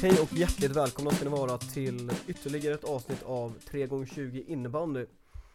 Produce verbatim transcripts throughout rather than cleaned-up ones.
Hej och hjärtligt välkomna ska ni vara till ytterligare ett avsnitt av tre gånger tjugo innebandy.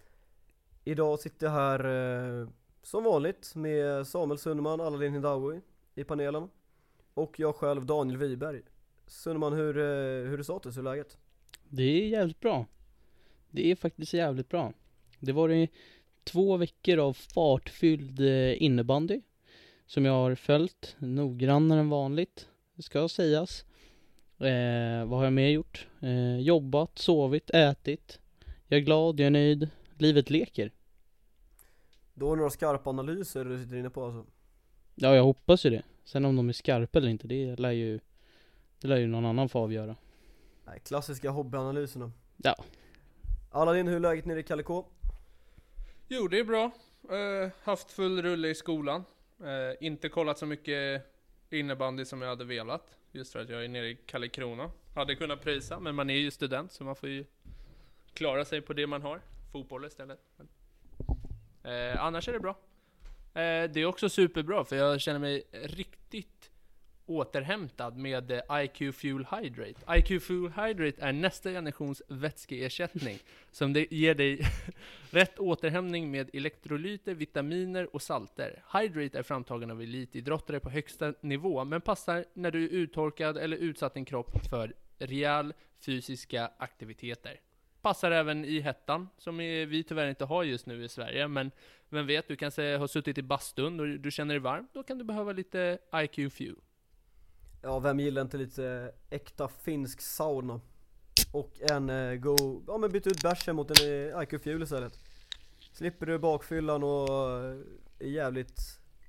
Idag sitter jag här eh, som vanligt med Samuel Sunderman, Aladdin Hindawi i panelen. Och jag själv, Daniel Wiberg. Sunderman, hur, eh, hur är status, hur är läget? Det är jävligt bra. Det är faktiskt jävligt bra. Det var det två veckor av fartfylld eh, innebandy som jag har följt noggrannare än vanligt, ska sägas. Eh, vad har jag mer gjort? Eh, jobbat, sovit, ätit. Jag är glad, jag är nöjd. Livet leker. Då är några skarpa analyser du sitter inne på alltså. Ja, jag hoppas ju det. Sen om de är skarpa eller inte, det lär ju, det lär ju någon annan få avgöra. Nej, klassiska hobbyanalyserna. Ja. Aladdin, hur är läget nere i Kalle-K? Jo, det är bra. Uh, haft full rulle i skolan. Uh, inte kollat så mycket innebandy som jag hade velat. Just för att jag är nere i Kalle-Krona. Hade kunnat prisa, men man är ju student så man får ju klara sig på det man har. Fotboll istället. Men, uh, annars är det bra. Uh, det är också superbra för jag känner mig riktigt återhämtad med uh, I Q Fuel Hydrate. I Q Fuel Hydrate är nästa generations vätskeersättning som det ger dig rätt återhämtning med elektrolyter, vitaminer och salter. Hydrate är framtagen av elitidrottare på högsta nivå men passar när du är uttorkad eller utsatt din kropp för rejäl fysiska aktiviteter. Passar även i hettan som vi tyvärr inte har just nu i Sverige, men vem vet, du kanske har suttit i bastun och du känner dig varm, då kan du behöva lite I Q Fuel. Ja, vem gillar inte lite äkta finsk sauna? Och en eh, go... Ja, men byta ut bärsen mot en eh, I Q Fuel istället. Slipper du bakfyllan och eh, är jävligt...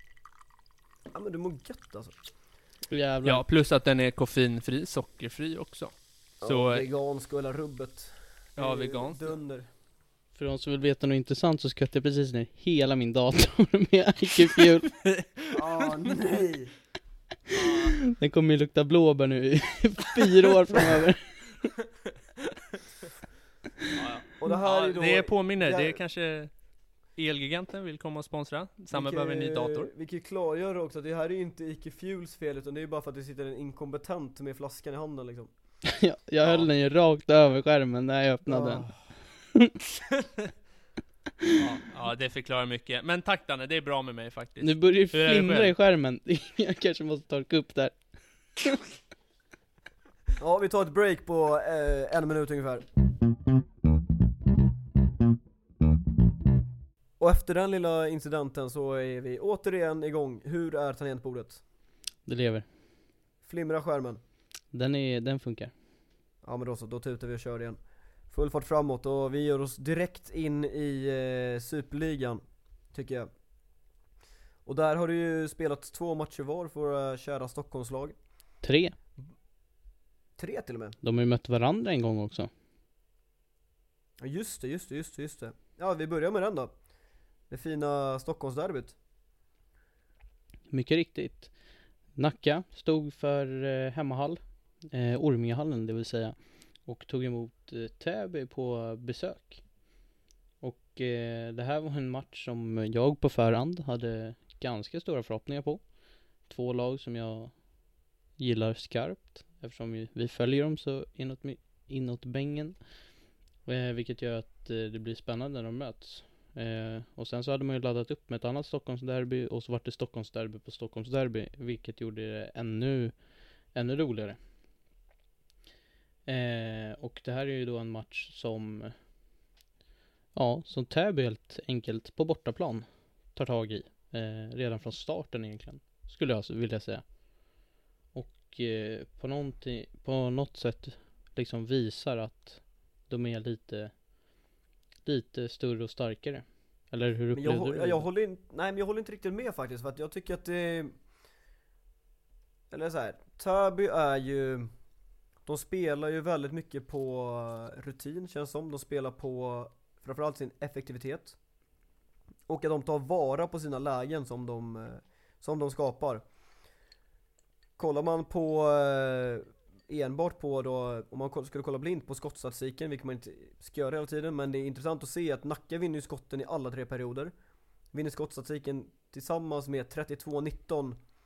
Ja, men du mår gött alltså. Jävlar. Ja, plus att den är koffeinfri, sockerfri också. Så, ja, vegansk och hela rubbet. Ja, vegansk. Dunder. För de som vill veta något intressant så skötte jag precis ner hela min dator med I Q Fuel. Ah, nej! Den kommer ju lukta blåbär nu i fyra år framöver. Ja, Och det här ja, är då... det påminner, det här- det är kanske Elgiganten vill komma och sponsra. Samma behöver en ny dator. Vi kan ju klargöra också att det här är ju inte I Q Fuels fel, utan det är bara för att det sitter en inkompetent med flaskan i handen liksom. jag jag höll den ju rakt över skärmen när jag öppnade den. Ja, ja, det förklarar mycket. Men tack Danne, det är bra med mig faktiskt. Nu börjar det Hur är det flimra själv? i skärmen. Jag kanske måste torka upp där. Ja, vi tar ett break på eh, en minut ungefär. Och efter den lilla incidenten så är vi återigen igång. Hur är tangentbordet? Det lever. Flimra skärmen. Den, är, den funkar. Ja, men då så, då tutar vi och kör igen. Full fart framåt och vi gör oss direkt in i eh, Superligan, tycker jag. Och där har det ju spelat två matcher var för våra kära Stockholmslag. Tre. Tre till och med. De har ju mött varandra en gång också. Ja, just det, just det, just det, just det. Ja, vi börjar med den då. Det fina Stockholmsderbyt. Mycket riktigt. Nacka stod för eh, hemmahall. Eh, Ormingehallen det vill säga. Och tog emot eh, Täby på besök. Och eh, det här var en match som jag på förhand hade ganska stora förhoppningar på. Två lag som jag gillar skarpt. Eftersom vi, vi följer dem så inåt, inåt bängen. Eh, vilket gör att eh, det blir spännande när de möts. Eh, och sen så hade man ju laddat upp med ett annat Stockholmsderby. Och så var det Stockholmsderby på Stockholmsderby. Vilket gjorde det ännu, ännu roligare. Eh, och det här är ju då en match som ja, som Täby helt enkelt på bortaplan tar tag i. Eh, redan från starten egentligen. Skulle jag vilja säga. Och eh, på, någonting, på något sätt liksom visar att de är lite lite större och starkare. Eller hur Men jag, upplevde hå- du jag, det? jag håller in, nej men jag håller inte riktigt med faktiskt, för att jag tycker att det, eller så här, Täby är ju, de spelar ju väldigt mycket på rutin, känns som. De spelar på framförallt sin effektivitet. Och att de tar vara på sina lägen som de, som de skapar. Kollar man på enbart på då, om man skulle kolla blint på skottstatistiken, vilket man inte ska göra hela tiden, men det är intressant att se att Nacka vinner ju skotten i alla tre perioder. Vinner skottstatistiken tillsammans med trettiotvå nitton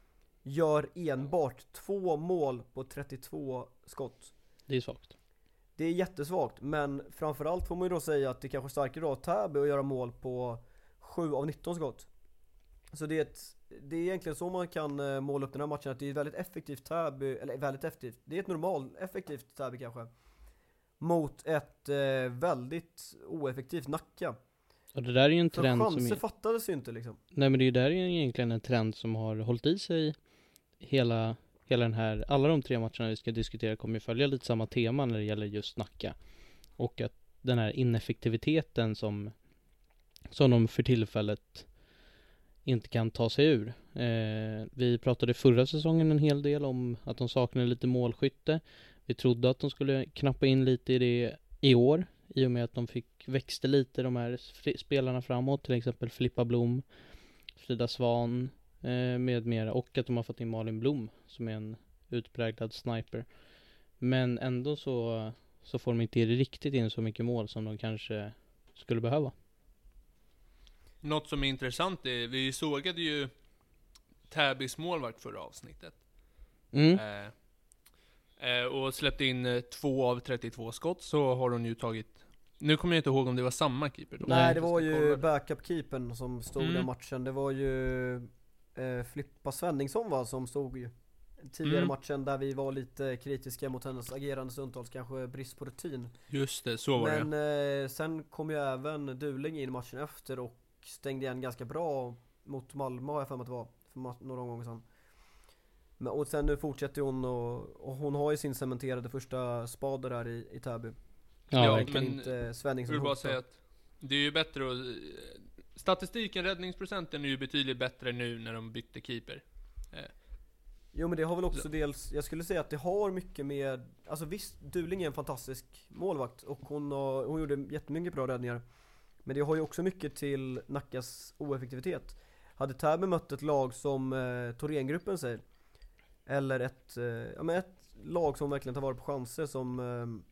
gör enbart två mål på trettiotvå skott. Det är svagt. Det är jättesvagt, men framförallt får man ju då säga att det kanske är starkare då Täby att göra mål på sju av nitton skott. Så det är, ett, det är egentligen så man kan uh, måla upp den här matchen, att det är väldigt effektivt Täby, eller väldigt effektivt, det är ett normalt effektivt Täby kanske, mot ett uh, väldigt oeffektivt Nacka. Och det där är ju en För trend chanser som är... fattades ju inte liksom. Nej, men det är där är ju egentligen en trend som har hållit i sig hela, hela den här, alla de tre matcherna vi ska diskutera kommer ju följa lite samma tema när det gäller just Nacka. Och att den här ineffektiviteten som, som de för tillfället inte kan ta sig ur. Eh, vi pratade förra säsongen en hel del om att de saknade lite målskytte. Vi trodde att de skulle knappa in lite i det i år, i och med att de fick växte lite de här spelarna framåt, till exempel Filippa Blom, Frida Svan eh, med mera, och att de har fått in Malin Blom som är en utpräglad sniper. Men ändå så, så får de inte riktigt in så mycket mål som de kanske skulle behöva. Något som är intressant är, vi sågade ju Täbys målvakt förra avsnittet. Mm. Eh, eh, och släppte in eh, två av trettiotvå skott, så har hon ju tagit, nu kommer jag inte ihåg om det var samma keeper då. Nej, det Jag var ska ju kolla det. backup-keepern som stod Mm. den matchen. Det var ju eh, Filippa Svenningsson va, som stod ju tidigare Mm. matchen, där vi var lite kritiska mot hennes agerande stundtals, kanske brist på rutin. Just det, så var Men det. eh, sen kom ju även Duling in matchen efter och stängde igen ganska bra mot Malmö, har jag för mig att det var, för ma- några gånger sedan. Men, och sen nu fortsätter hon och, och hon har ju sin cementerade första spader här i, i Täby. Ja, Ja, verkligen. men- inte Svenningsson Jag vill bara hotar. säga att det är ju bättre att, statistiken, räddningsprocenten är ju betydligt bättre nu när de bytte keeper. Jo, men det har väl också dels, jag skulle säga att det har mycket med, alltså visst, Duling är en fantastisk målvakt och hon, har, hon gjorde jättemycket bra räddningar. Men det har ju också mycket till Nackas oeffektivitet. Hade Täby mött ett lag som eh, Thorengruppen säger, eller ett, eh, ja, men ett lag som verkligen tar vara på chanser, som eh,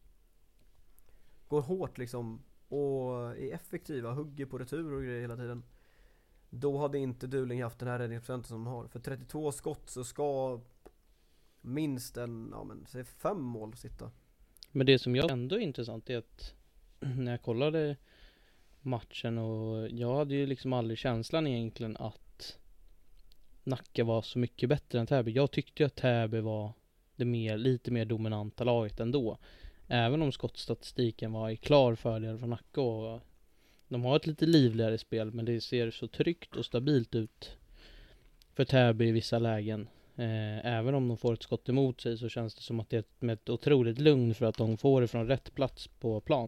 går hårt liksom och är effektiva, hugger på retur och grejer hela tiden, då hade inte Duling haft den här räddningsprocenten som de har. För trettiotvå skott så ska minst en, ja men säg fem mål sitta. Men det som jag ändå är intressant är att när jag kollade matchen, och jag hade ju liksom aldrig känslan egentligen att Nacka var så mycket bättre än Täby. Jag tyckte ju att Täby var det mer, lite mer dominanta laget ändå. Även om skottstatistiken var i klar fördel för Nacka, och de har ett lite livligare spel, men det ser så tryggt och stabilt ut för Täby i vissa lägen. Eh, även om de får ett skott emot sig så känns det som att det är med ett otroligt lugn för att de får det från rätt plats på plan.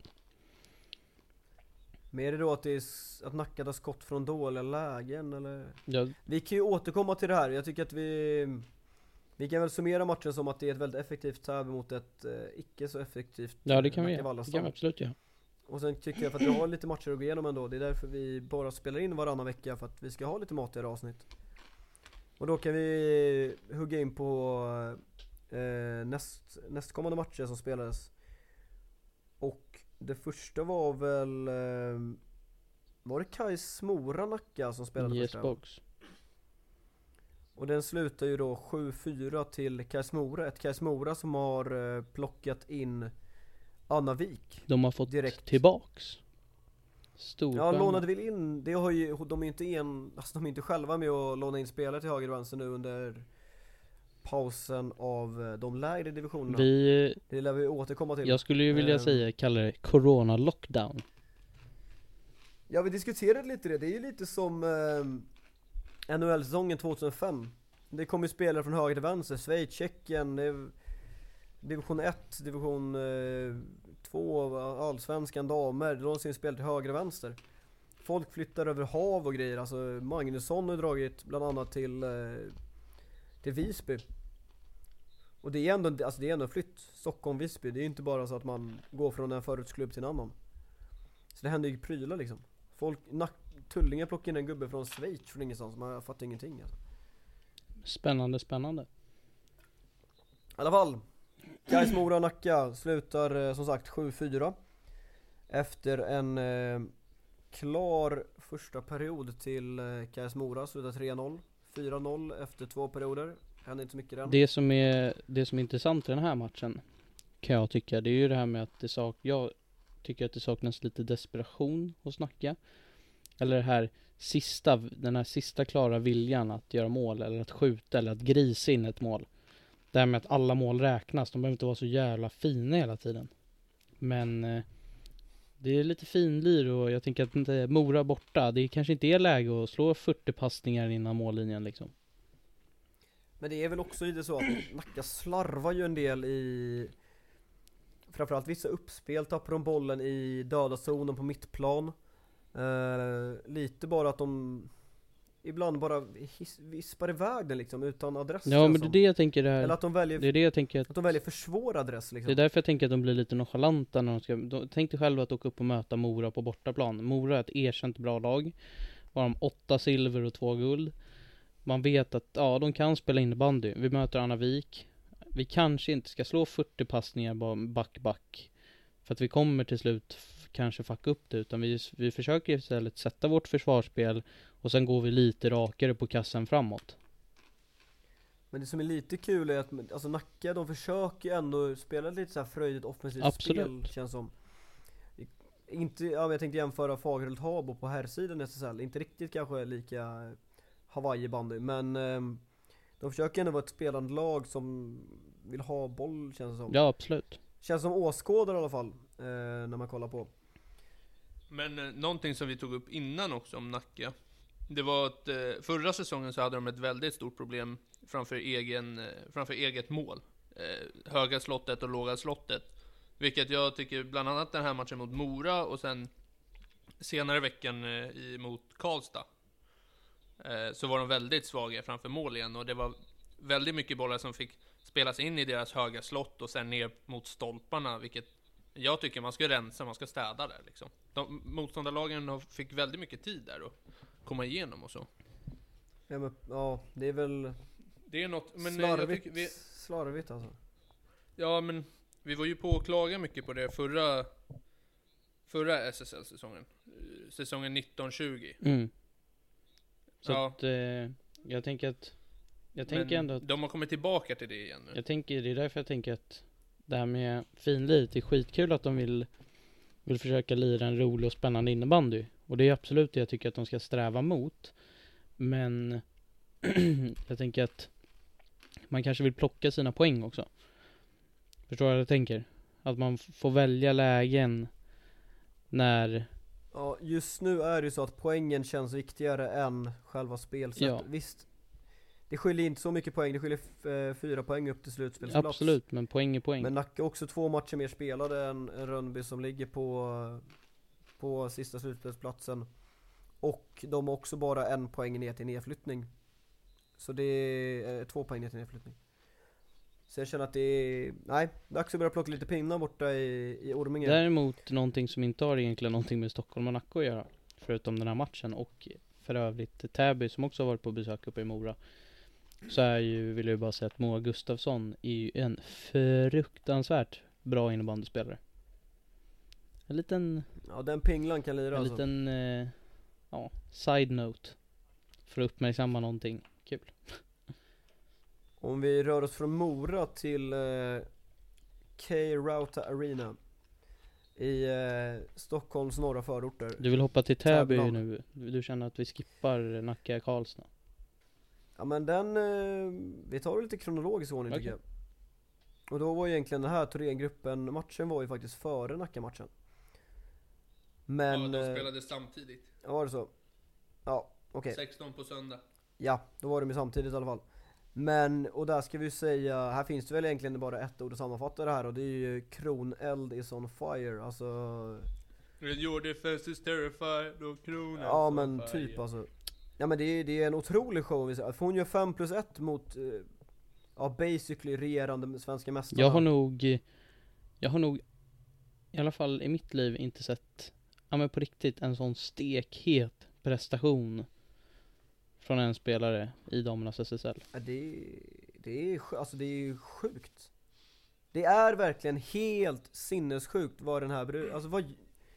Men är det då att det är s- att Nacka tar skott från dåliga lägen eller? Ja, Vi kan ju återkomma till det här. Jag tycker att vi Vi kan väl summera matchen som att det är ett väldigt effektivt Täby mot ett eh, icke så effektivt ja det kan vi Nacka göra. Det Vallastad. kan vi absolut göra. Och sen tycker jag, för att vi har lite matcher att gå igenom ändå, det är därför vi bara spelar in varannan vecka, för att vi ska ha lite matigare avsnitt. Och då kan vi hugga in på eh, näst, nästkommande matcher som spelades. Och det första var väl eh, var det Kais Mora Nacka som spelade Yes första? box. Och den slutar ju då sju fyra till Kais Mora. Ett Kais Mora som har eh, plockat in Anna Wik. De har fått Direkt. tillbaks. Stor Ja, poäng. lånade väl in, det har ju, de är inte en, alltså de är inte själva med att låna in spelare till höger och vänster nu under pausen av eh, de lägre divisionerna. Vi, Det lär vi återkomma till. jag skulle ju vilja Eh. säga, kalla det corona lockdown. Ja, vi diskuterade lite det, det är ju lite som eh, N H L-säsongen tjugohundrafem. Det kommer ju spelare från höger till vänster, Schweiz, Tjeckien, det är division ett, division två, allsvenskan, damer, de ser spel till höger och vänster. Folk flyttar över hav och grejer, alltså Magnusson har dragit bland annat till eh, till Visby. Och det är ändå, alltså det är ändå flytt, Stockholm-Visby, det är ju inte bara så att man går från en förortsklubb till en annan. Så det händer ju prylar liksom. Folk, nack, Tullinge plockar in en gubbe från Schweiz från ingenstans, man fattar ingenting alltså. Spännande, spännande. I alla fall, Kais Mora och Nacka slutar eh, som sagt sju fyra efter en eh, klar första period till eh, Kais Mora, slutar tre noll, fyra noll efter två perioder. hände inte så mycket den. Det som är, det som är intressant i den här matchen kan jag tycka, det är ju det här med att det sak, jag tycker att det saknas lite desperation hos Nacka. Eller det här sista, den här sista klara viljan att göra mål eller att skjuta eller att grisa in ett mål. Det här med att alla mål räknas, de behöver inte vara så jävla fina hela tiden. Men eh, det är lite finlir och jag tänker att inte Mora borta, det kanske inte är läge att slå fyrtio passningar innan mållinjen liksom. Men det är väl också lite så att Nacka slarvar ju en del i framförallt vissa uppspel, tappar de bollen i döda zonen på mittplan. Eh, lite bara att de ibland bara his, vispar iväg den liksom utan adress. Ja, men det är det jag tänker det här. Eller att de väljer, det är det jag tänker att, att de väljer för svår adress liksom. det är därför jag tänker att de blir lite nonchalanta när de ska, de, tänk dig själva att åka upp och möta Mora på bortaplan. Mora är ett erkänt bra lag. Har de åtta silver och två guld. Man vet att ja, de kan spela innebandy. Vi möter Annavik. Vi kanske inte ska slå fyrtio passningar bara back back. För att vi kommer till slut f- kanske fucka upp det. Utan vi, vi försöker istället sätta vårt försvarsspel. Och sen går vi lite rakare på kassen framåt. Men det som är lite kul är att alltså Nacka, de försöker ju ändå spela lite så här fröjdigt offensivt Absolut. spel, känns som. Inte, ja, men jag tänkte jämföra Fagerhult Habo på här sidan S S L. Inte riktigt kanske lika Hawaii bandy, men um, de försöker ändå vara ett spelande lag som vill ha boll, känns det som. Ja, absolut. Känns som åskådare i alla fall, eh, när man kollar på. Men eh, någonting som vi tog upp innan också om Nacka, det var att eh, förra säsongen så hade de ett väldigt stort problem framför, egen, eh, framför eget mål. Eh, höga slottet och låga slottet. Vilket jag tycker bland annat den här matchen mot Mora och sen senare i veckan eh, i, mot Karlstad. Eh, så var de väldigt svaga framför mål igen och det var väldigt mycket bollar som fick spelas in i deras höga slott och sen ner mot stolparna, vilket jag tycker man ska rensa, man ska städa där liksom. De, motståndarlagen fick väldigt mycket tid där att komma igenom och så. Ja, men, ja det är väl Det är något, men jag slarvigt, tycker vi, slarvigt alltså. ja men vi var ju på att klaga mycket på det förra förra S S L-säsongen. Säsongen nitton tjugo. Mm. Så Ja. att eh, jag tänker att jag tänker Men ändå att de har kommit tillbaka till det igen nu. jag tänker, det är därför jag tänker att det här med finlit, det är skitkul att de vill vill försöka lira en rolig och spännande innebandy. Och det är absolut det jag tycker att de ska sträva mot. Men jag tänker att man kanske vill plocka sina poäng också. Förstår du vad jag tänker? Att man f- får välja lägen när Ja, just nu är det ju så att poängen känns viktigare än själva spelsättet. Ja. Visst, det skiljer inte så mycket poäng, det skiljer f- eh, fyra poäng upp till slutspelsplats. absolut, men poäng är poäng. Men Nacka har också två matcher mer spelade än än Rönnby som ligger på, på sista slutspelsplatsen. Och de har också bara en poäng ner till nedflyttning. Så det är eh, två poäng ner till nedflyttning. Så jag känner att det är, nej, dags att börja plocka lite pinnar borta i, i Orminge. Däremot någonting som inte har egentligen någonting med Stockholm och Nacka att göra, förutom den här matchen och för övrigt Täby som också har varit på besök uppe i Mora, så är ju, vill jag ju bara säga att Moa Gustafsson är ju en fruktansvärt bra innebandyspelare. En liten, Ja, den pinglan kan lira en alltså. liten eh, ja, side note för att uppmärksamma någonting kul. Om vi rör oss från Mora till eh, K-Rauta Arena i eh, Stockholms norra förorter. Du vill hoppa till Täby Täby. nu? Du känner att vi skippar Nacka Karlstad? Ja, men den, eh, vi tar det lite kronologisk ordning tycker Okej. jag. Och då var ju egentligen den här Thorengruppen, matchen var ju faktiskt före Nacka-matchen. Men, ja, de eh, spelade samtidigt. ja, var det så? Ja, okej. sexton på söndag. Ja, då var de ju samtidigt i alla fall. Men, och där ska vi ju säga, här finns det väl egentligen bara ett ord att sammanfatta det här, och det är ju Kroneld is on fire, alltså. Your defense is terrified och kronan. Ja, men typ alltså. Ja, men det är, det är en otrolig show vi ser. För hon gör fem plus ett mot eh, ja, basically regerande svenska mästarna. Jag har nog Jag har nog i alla fall i mitt liv inte sett, ja men på riktigt, en sån stekhet prestation från en spelare i damernas S S L. Ja, det, det är sj- alltså det är sjukt. Det är verkligen helt sinnessjukt vad den här bry- alltså vad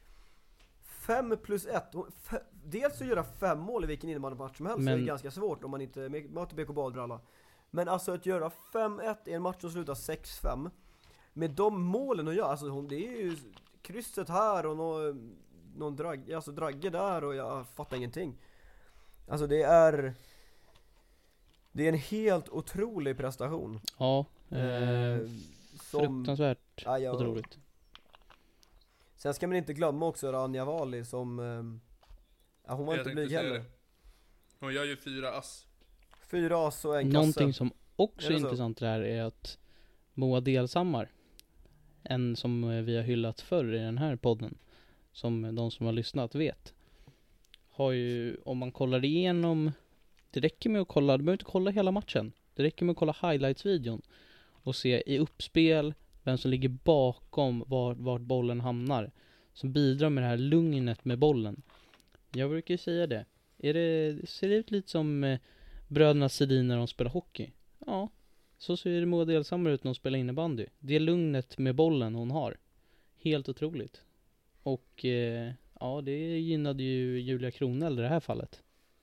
fem plus ett. Och fe- dels att göra fem mål i vilken innebandymatch som helst Men- är ganska svårt om man inte möter B K Badbralla. Men alltså att göra fem ett i en match som slutar sex fem med de målen att göra, alltså hon, det är ju krysset här och någon, någon drag, alltså dragge där och jag fattar ingenting. Alltså det är det är en helt otrolig prestation. Ja, eh, som, fruktansvärt ja, jag, otroligt. Sen ska man inte glömma också Rania Wali som ja, hon var Jag inte tänkte blyg säga heller. det. Hon gör ju fyra ass. Fyra ass och en Någonting kasse. som också Är är det så? intressant där är att Moa Delsammar, en som vi har hyllat förr i den här podden, som de som har lyssnat vet, har ju, om man kollar igenom, det räcker med att kolla, du behöver inte kolla hela matchen, det räcker med att kolla highlights-videon och se i uppspel vem som ligger bakom vart, vart bollen hamnar, som bidrar med det här lugnet med bollen. Jag brukar ju säga det, är det ser det ut lite som eh, bröderna Sedin när de spelar hockey? Ja, så ser det Moa Delsammar ut när hon spelar innebandy. Det är lugnet med bollen hon har. Helt otroligt. Och eh, ja, det gynnade ju Julia Kronell i det här fallet.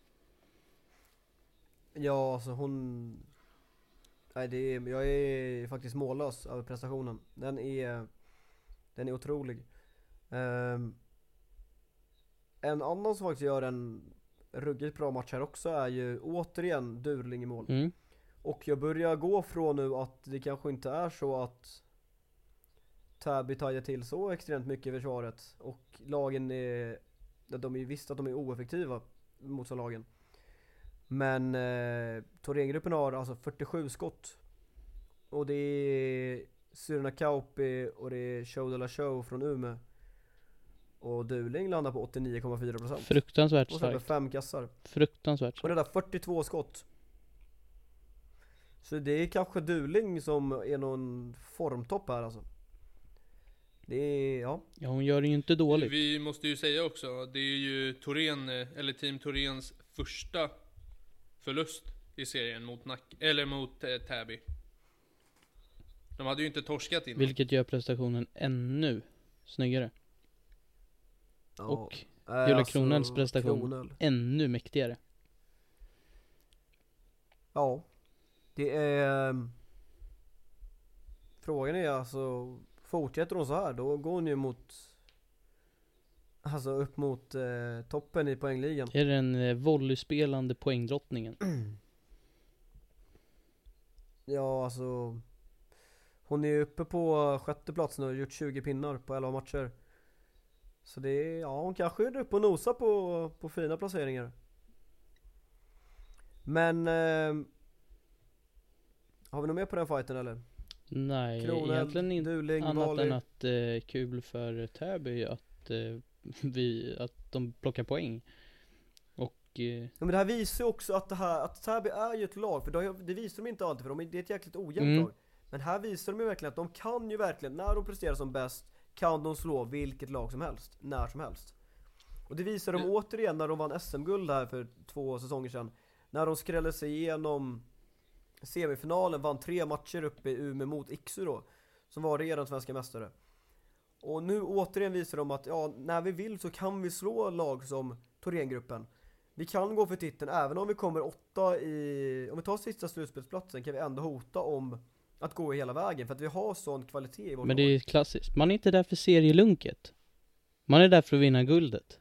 Ja, alltså hon... Nej, det är, jag är faktiskt mållös över prestationen. Den är, den är otrolig. Um, en annan som faktiskt gör en ruggigt bra match här också är ju återigen Durling i mål. Mm. Och jag börjar gå från nu att det kanske inte är så att Täby tajar till så extremt mycket i försvaret. Och lagen är, de är visst att de är oeffektiva mot så lagen. Men eh, Thorengruppen har alltså fyrtiosju skott. Och det är Syrna Kauppi och det är Show de la Show från Umeå. Och Duling landar på åttionio komma fyra procent. Fruktansvärt Och sen starkt. fem kassar. Fruktansvärt Och starkt. det där fyrtiotvå skott. Så det är kanske Duling som är någon formtopp här alltså. Det är, ja. Ja, hon gör det ju inte dåligt. Vi måste ju säga också, det är ju Torén, eller Team Torens första förlust i serien mot Nack, eller mot eh, Täby. De hade ju inte torskat innan. Vilket gör prestationen ännu snyggare. ja. Och Äh, Julia alltså, Kronells prestation Kronel. ännu mäktigare. Ja. Det är... Frågan är alltså, fortsätter hon så här, då går hon ju mot... Alltså upp mot eh, toppen i poängligan. Är den eh, volleyspelande poängdrottningen? Ja, alltså... Hon är ju uppe på sjätte plats nu och har gjort tjugo pinnar på elva matcher. Så det är, ja, hon kanske är uppe och nosar på, på fina placeringar. Men... Eh, har vi något mer på den fighten eller? Nej, Kronel, egentligen inte Duling, annat Wali. än att eh, kul för Täby att eh, vi att de plockar poäng. Och eh, Ja, men det här visar ju också att det här, att Täby är ju ett lag, för det, det visar de inte alltid, för de är, det är ett jäkligt ojämnt Mm. lag. Men här visar de ju verkligen att de kan ju verkligen, när de presterar som bäst, kan de slå vilket lag som helst, när som helst. Och det visar de Det- återigen när de vann S M-guld här för två säsonger sedan. När de skrällde sig igenom semifinalen, vann tre matcher uppe i Umeå mot Iksu då, som var redan svenska mästare. Och nu återigen visar de att ja, när vi vill så kan vi slå lag som Thorengruppen. Vi kan gå för titeln även om vi kommer åtta i... Om vi tar sista slutspelsplatsen kan vi ändå hota om att gå hela vägen. För att vi har sån kvalitet i vårt men det lag. är klassiskt. Man är inte där för serielunket. Man är där för att vinna guldet.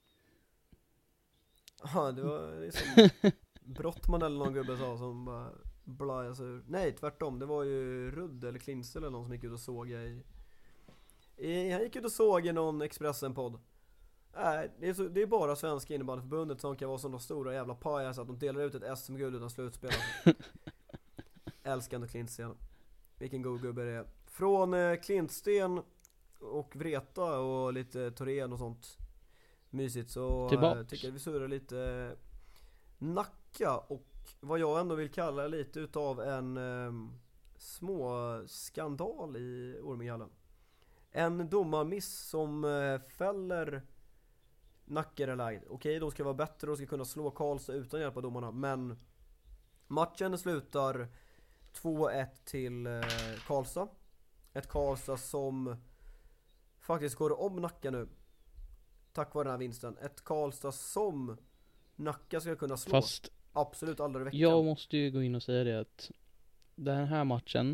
Ja, det var det är som Brottman eller någon gubbe sa som bara blajade sig ur. Nej, tvärtom. Det var ju Rudd eller Klinsel eller någon som gick ut och såg i... i han gick ut och såg i någon Expressen-podd. Nej, det är, så, det är bara Svenska innebandyförbundet som kan vara sådana stora jävla pajas att de delar ut ett S M-guld utan slutspel. Älskande Klintsten. Vilken god gubbe det är. Från eh, Klintsten och Vreta och lite Torén och sånt mysigt så eh, Tillbaks. tycker jag vi surrar lite eh, Nacka och vad jag ändå vill kalla lite utav en eh, små skandal i Ormingehallen. En domarmiss som eh, fäller Nacka eller Okej, okay, de ska vara bättre och ska kunna slå Karlstad utan hjälp av domarna, men matchen slutar två ett till eh, Karlstad. Ett Karlstad som faktiskt går om Nacka nu tack vare den här vinsten. Ett Karlstad som Nacka ska kunna slå. Fast absolut alla i veckan. Jag måste ju gå in och säga det att den här matchen,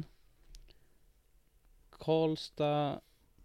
Karlstad,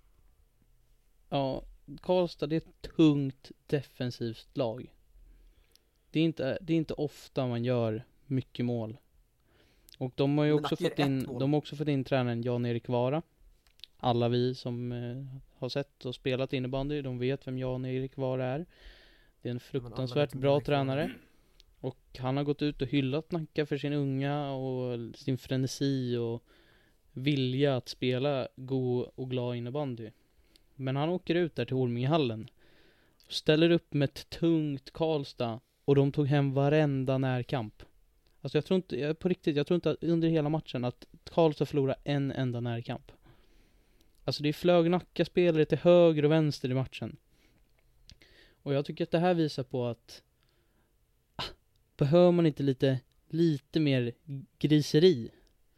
ja, Karlstad det är ett tungt defensivt lag. Det är inte, det är inte ofta man gör mycket mål. Och de har ju Men också Nacka fått gör in, ett mål. de har också fått in tränaren Jan-Erik Vara. Alla vi som eh, har sett och spelat innebandy, de vet vem Jan-Erik Vara är. Det är en fruktansvärt vem bra Jan-Erik Vara är. tränare. Och han har gått ut och hyllat Nacka för sin unga och sin frenesi och vilja att spela god och glad innebandy. Men han åker ut där till Ormingehallen och ställer upp med ett tungt Karlstad och de tog hem varenda närkamp. Alltså jag tror inte, jag, på riktigt, jag tror inte att under hela matchen att Karlstad förlorar en enda närkamp. Alltså det flög Nacka spelare till höger och vänster i matchen. Och jag tycker att det här visar på att ah, behöver man inte lite, lite mer griseri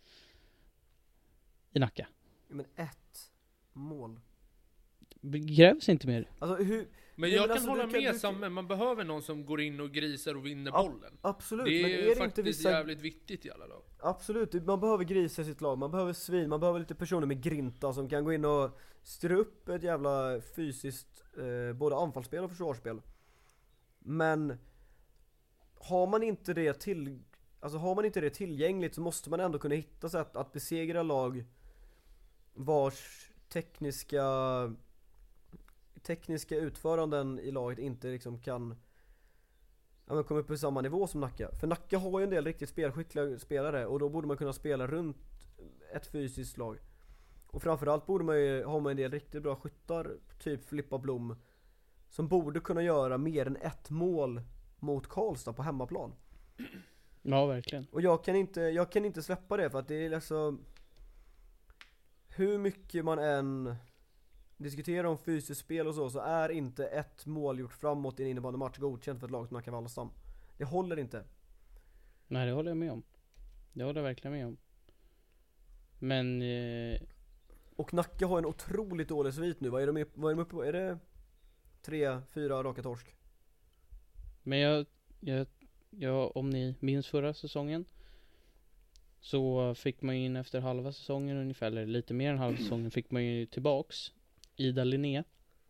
i Nacka? Men ett mål. Krävs inte mer. Alltså hur... Men Nej, jag men kan alltså, hålla du kan- med du- Samme, man behöver någon som går in och grisar och vinner Ja, bollen. Absolut, Det men är, är ju det inte faktiskt vissa... jävligt viktigt i alla lag. Absolut, man behöver grisa i sitt lag, man behöver svin, man behöver lite personer med grinta som kan gå in och styra upp ett jävla fysiskt eh, både anfallsspel och försvarsspel. Men har man inte det till, alltså har man inte det tillgängligt så måste man ändå kunna hitta sätt att besegra lag vars tekniska tekniska utföranden i laget inte liksom kan ja, men komma upp på samma nivå som Nacka. För Nacka har ju en del riktigt spelskickliga spelare och då borde man kunna spela runt ett fysiskt lag. Och framförallt borde man ju ha en del riktigt bra skyttar, typ Filippa Blom, som borde kunna göra mer än ett mål mot Karlstad på hemmaplan. Ja, verkligen. Och jag kan inte, jag kan inte släppa det för att det är liksom hur mycket man än diskuterar om fysiskt spel och så, så är inte ett mål gjort framåt i en innebandymatch godkänt för ett lag som Nacka Wallstam. Det håller inte. Nej, det håller jag med om. Det håller jag verkligen med om. Men eh, Och Nacka har en otroligt dålig svit nu. Vad är de, upp- vad är de uppe på? Är det tre, fyra raka torsk? Men jag, jag, jag, om ni minns förra säsongen så fick man in efter halva säsongen ungefär, eller lite mer än halva säsongen, fick man ju tillbaks Ida Linné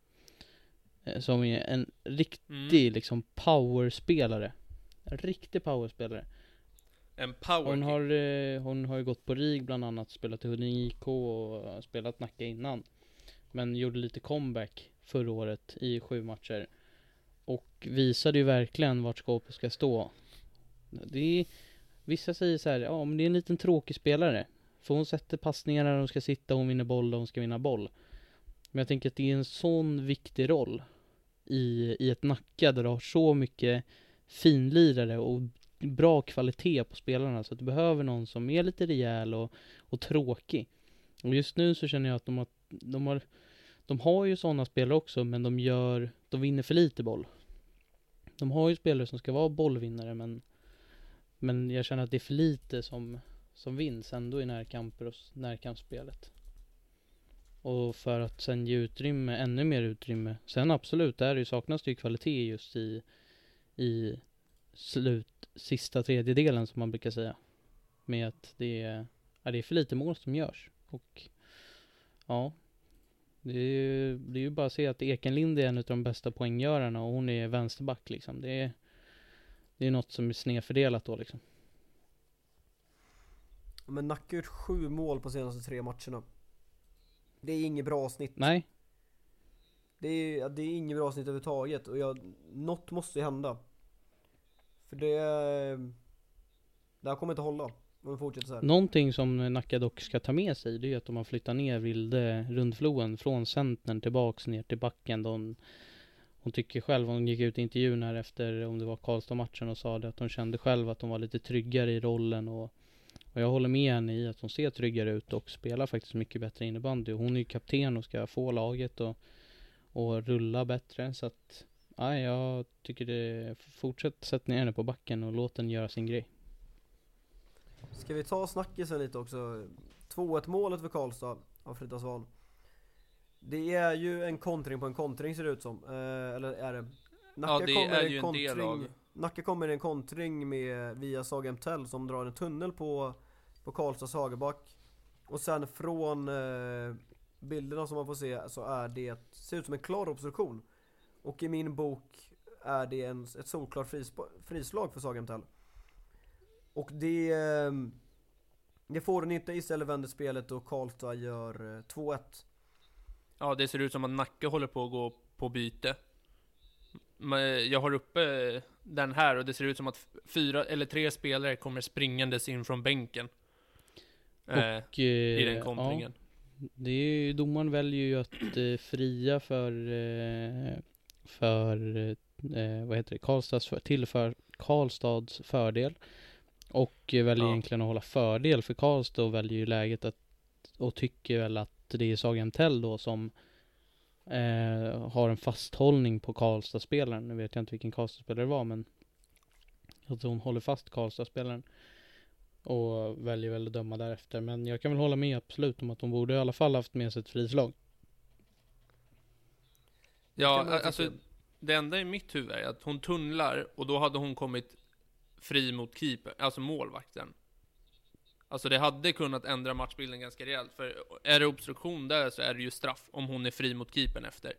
eh, som är en riktig Mm. liksom powerspelare. En riktig powerspelare. En power Hon king. har, eh, hon har ju gått på RIG bland annat, spelat i Huddinge I K och spelat Nacka innan. Men gjorde lite comeback förra året i sju matcher. Och visade ju verkligen vart skåpet ska stå. Det är, vissa säger så här, ja men det är en liten tråkig spelare. För hon sätter passningar när hon ska sitta, hon vinner boll och hon ska vinna boll. Men jag tänker att det är en sån viktig roll i, i ett Nacka där du har så mycket finlirare och bra kvalitet på spelarna, så att du behöver någon som är lite rejäl och, och tråkig. Och just nu så känner jag att de har, de har, de har ju sådana spelare också, men de gör, de vinner för lite boll. De har ju spelare som ska vara bollvinnare, men, men jag känner att det är för lite som, som vinns ändå i närkamper och närkampsspelet. Och för att sen ge utrymme, ännu mer utrymme. Sen absolut, där ju saknas det ju kvalitet just i, i slut, sista tredjedelen som man brukar säga. Med att det är, ja, det är för lite mål som görs. Och ja, det är ju, det är ju bara att se att Ekenlind är en av de bästa poänggörarna och hon är vänsterback liksom. Det är, det är något som är snedfördelat då liksom. Men Nacka har gjort sju mål på senaste tre matcherna. Det är inget bra snitt. Nej, Det är, det är inget bra snitt överhuvudtaget. Och jag, något måste ju hända. För det det här kommer inte hålla om vi fortsätter så här. någonting som Nacka dock ska ta med sig, det är att de har flyttat ner Vilde Rundfloen från centern tillbaks ner till backen. De, hon tycker själv, hon gick ut i intervjun här efter, om det var Karlstad-matchen, och sa det att hon kände själv att hon var lite tryggare i rollen. Och, och jag håller med henne i att hon ser tryggare ut och spelar faktiskt mycket bättre innebandy. Hon är ju kapten och ska få laget och, och rulla bättre. Så att, ja, jag tycker det, fortsätt sätta ner henne på backen och låt den göra sin grej. Ska vi ta snackisen lite också? två ett målet för Karlstad av Frida Svan. Det är ju en kontring på en kontring ser det ut som. Eh, eller är det? Nacka Ja, det kommer är en ju en kontring. del av Nacka kommer i en kontring med via Saghem Tell som drar en tunnel på, på Karlstads Hagerback. Och sen från eh, bilderna som man får se så är det, ser ut som en klar obstruktion. Och i min bok är det en, ett solklart frisp- frislag för Saghem Tell. Och det, eh, det får den inte, istället vänder spelet och Karlstad gör eh, två ett. Ja, det ser ut som att Nacka håller på att gå på byte. Men jag har uppe den här och det ser ut som att fyra eller tre spelare kommer springandes in från bänken. Och, eh, eh, I den kontringen. Ja, det är ju, domaren väljer ju att eh, fria för eh, för eh, vad heter det, Karlstads för, till för Karlstads fördel. Och eh, väljer Ja. egentligen att hålla fördel för Karlstad och väljer ju läget att, och tycker väl att det är Saghem Tell då som eh, har en fasthållning på Karlstad-spelaren. Nu vet jag inte vilken Karlstad-spelare det var, men att hon håller fast Karlstad-spelaren och väljer väl att döma därefter. Men jag kan väl hålla med absolut om att hon borde i alla fall haft med sig ett frislag. Ja, kan man tycka. alltså det enda i mitt huvud är att hon tunnlar och då hade hon kommit fri mot keeper, alltså målvakten. Alltså det hade kunnat ändra matchbilden ganska rejält. För är det obstruktion där så är det ju straff om hon är fri mot keepern efter.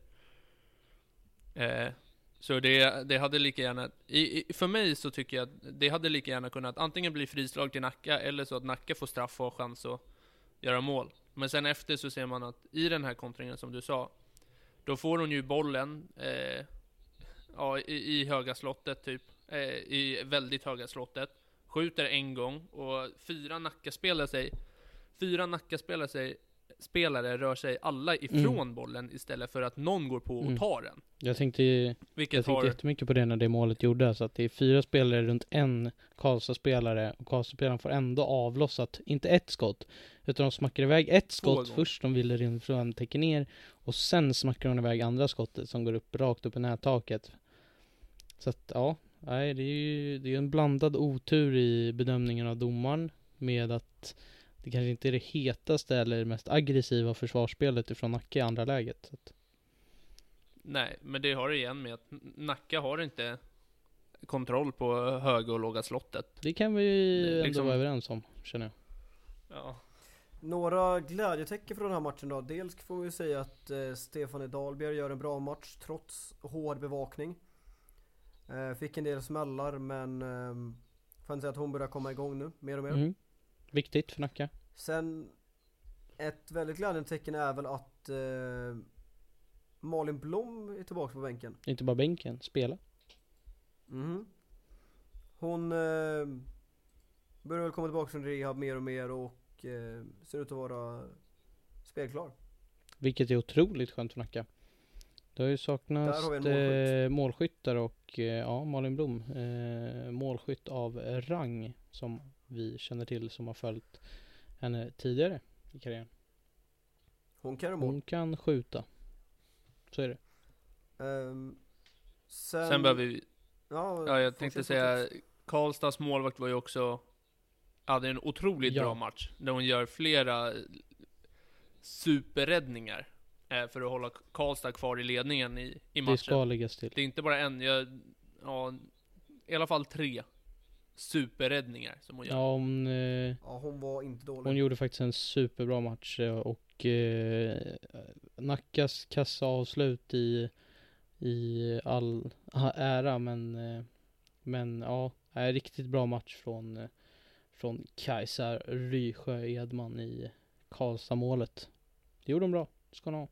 Eh, så det, det hade lika gärna... I, i, för mig så tycker jag att det hade lika gärna kunnat antingen bli frislag till Nacka eller så att Nacka får straff och chans att göra mål. Men sen efter så ser man att i den här kontringen som du sa, då får hon ju bollen eh, ja, i, i höga slottet typ. Eh, I väldigt höga slottet. Skjuter en gång och fyra Nacka spelar sig fyra Nacka spelar sig spelare rör sig alla ifrån Mm. bollen istället för att någon går på och Mm. tar den. Jag tänkte, Vilket jag tänkte har jättemycket på det när det målet gjordes. Att det är fyra spelare runt en Karlstad-spelare. Och Karlstad-spelaren får ändå avlossat, inte ett skott. Utan de smackar iväg ett skott gånger. först. De vill in från täcker ner. Och sen smackar de iväg andra skottet som går upp rakt upp i nättaket. Så att ja, nej, det är ju det är en blandad otur i bedömningen av domaren. Med att det kanske inte är det hetaste eller det mest aggressiva försvarsspelet ifrån Nacka i andra läget. Så att, Nej, men det har det igen med att Nacka har inte kontroll på höga och låga slottet. det kan vi Det är ändå liksom- vara överens om, känner jag. Ja. Några glädjetecken från den här matchen då. Dels får vi säga att eh, Stefanie Dahlberg gör en bra match trots hård bevakning. Eh, fick en del smällar men eh, får säga att hon börjar komma igång nu mer och mer. Mm. Viktigt för Nacka. Sen ett väldigt glädjande tecken är väl att eh, Malin Blom är tillbaka på bänken. Inte bara bänken, spela. Mhm. Hon eh, börjar väl komma tillbaka från rehab mer och mer och eh, ser ut att vara spelklar. Vilket är otroligt skönt för Nacka. Det har ju Där saknats har vi en målskytt. eh, målskyttar och eh, ja, Malin Blom. Eh, målskytt av rang som vi känner till som har följt henne tidigare i karriären. Hon kan göra mål. Hon kan skjuta. Så är det. Ehm, sen, Sen behöver vi... ja, Ja, jag tänkte fortsätt, säga... fortsätt. Karlstads målvakt var ju också... hade en otroligt Ja. bra match. Där hon gör flera superräddningar. Eh, för att hålla Karlstad kvar i ledningen i, i matchen. Det ska läggas till. Det är inte bara en, jag, ja, i alla fall tre superräddningar som hon gör. Ja, hon, eh, Ja, hon var inte dålig. hon gjorde faktiskt en superbra match eh, och eh, Nackas kassa avslut i i all ha, ära men eh, men ja, är riktigt bra match från eh, från Kajsa Rysjö Edman i Karlstad-målet. Det gjorde hon bra, ska hon ha.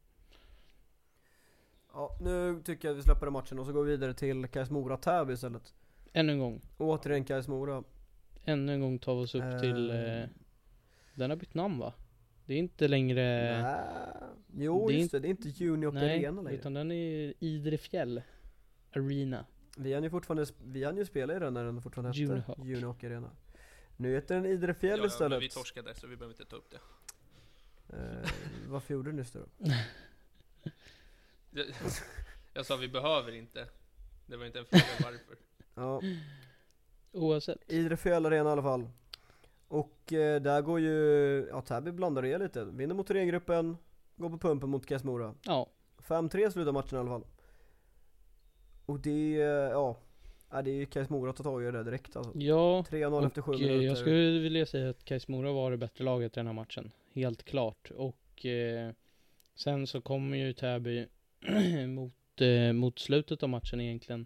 Ja, nu tycker jag att vi släpper den matchen och så går vi vidare till K S Mora Täby istället. Ännu en gång, Återigen K S Mora. ännu en gång tar vi oss upp Eh, till eh, den har bytt namn va? Det är inte längre Nej. Jo, det är just det. Det är inte Junior nej, Arena längre. utan den är Idre Fjäll Arena. Vi hann ju fortfarande vi hann ju spela i den när den fortfarande hette Junihawk. Junior Arena. Nu heter den Idre Fjäll Ja, ja, istället. men vi torskade så vi behöver inte ta upp det. Eh, varför gjorde du nyss det då? Jag, jag sa vi behöver inte. Det var inte en fråga varför. Ja, Oavsett. Idre Fjäll Arena i alla fall. Och eh, där går ju, ja Täby blandar det lite. Vinner mot Thorengruppen, går på pumpen mot K S Mora. Ja, fem tre slutar matchen i alla fall. Och det, eh, ja. Ja, det är ju Kais Mora att ta tag i det direkt alltså. Ja, tre noll efter sju och minuter. eh, jag skulle vilja säga att Kais Mora var det bättre laget i den här matchen. Helt klart. Och eh, sen så kommer ju Täby mot, eh, mot slutet av matchen egentligen.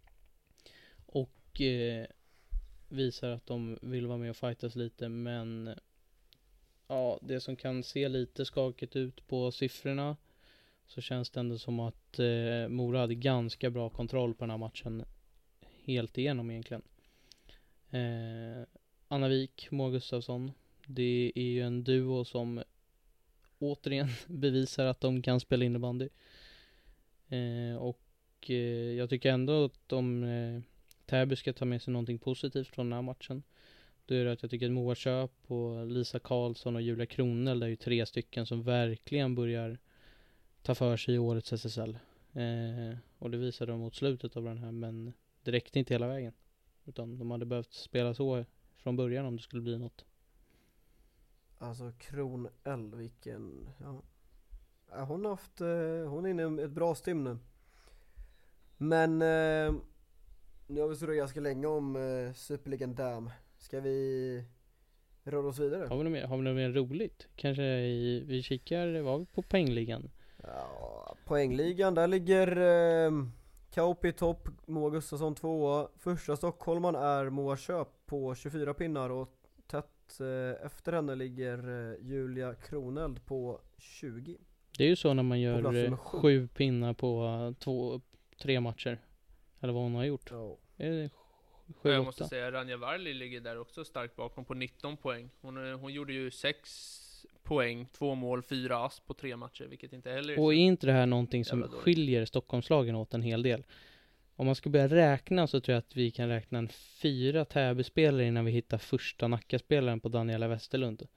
Och eh, visar att de vill vara med och fightas lite. Men ja, det som kan se lite skakigt ut på siffrorna, så känns det ändå som att eh, Mora hade ganska bra kontroll på den här matchen. Helt igenom egentligen. Eh, Anna Wik, Moa Gustafsson. Det är ju en duo som återigen bevisar att de kan spela innebandy. Eh, och eh, jag tycker ändå att de eh, Täby ska ta med sig någonting positivt från den här matchen. Då är det att jag tycker att Moa Köp och Lisa Karlsson och Julia Kronel, det är ju tre stycken som verkligen börjar ta för sig i årets S S L. Eh, och det visade de mot slutet av den här, men det räckte inte hela vägen. Utan de hade behövt spela så från början om det skulle bli något. Alltså Kronel, vilken... Ja. Ja, hon har haft... eh, Hon är inne i ett bra stim nu. Men... Eh, nu har vi surrat ganska länge om eh, Superligan Dam. Ska vi röra oss vidare? Har vi något mer, har vi något mer roligt? Kanske i, vi kikar, var vi på poängligan? Ja, poängligan, där ligger eh, Kauppi i topp, Moa Gustafsson tvåa. Första stockholman är Moa Köp på tjugofyra pinnar och tätt eh, efter henne ligger eh, Julia Kroneld på tjugo. Det är ju så när man plats gör nummer eh, sju. sju pinnar på uh, två, tre matcher. Eller vad hon har gjort. Ja. Är det sju, Jag måste åtta? säga Ranja Varli ligger där också starkt bakom på nitton poäng. Hon, eh, hon gjorde ju sex poäng, två mål, fyra ass på tre matcher, vilket inte heller är Och så- är inte det här någonting som jävla dåligt. skiljer Stockholmslagen åt en hel del? Om man ska börja räkna så tror jag att vi kan räkna en fyra Täby-spelare innan vi hittar första Nacka-spelaren på Daniela Westerlund.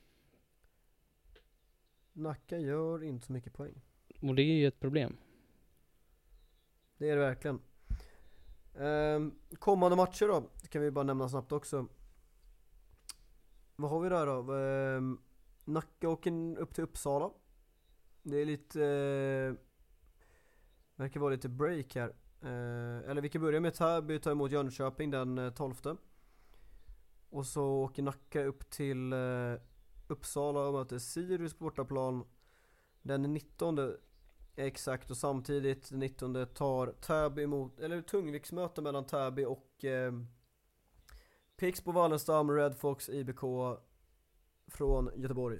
Nacka gör inte så mycket poäng. Och det är ju ett problem. Det är det verkligen. Ehm, kommande matcher då, det kan vi bara nämna snabbt också. Vad har vi där då? Ehm, Nacka åker upp till Uppsala. Det är lite... Eh, verkar vara lite break här. Eh, eller vi kan börja med Täby, ta emot Jönköping den eh, tolfte. Och så åker Nacka upp till eh, Uppsala och möter Sirius på bortaplan den nittonde. Exakt, och samtidigt den nittonde tar Täby emot, eller tungviktsmöte mellan Täby och eh, Pixbo Wallenstam, Red Fox, I B K från Göteborg.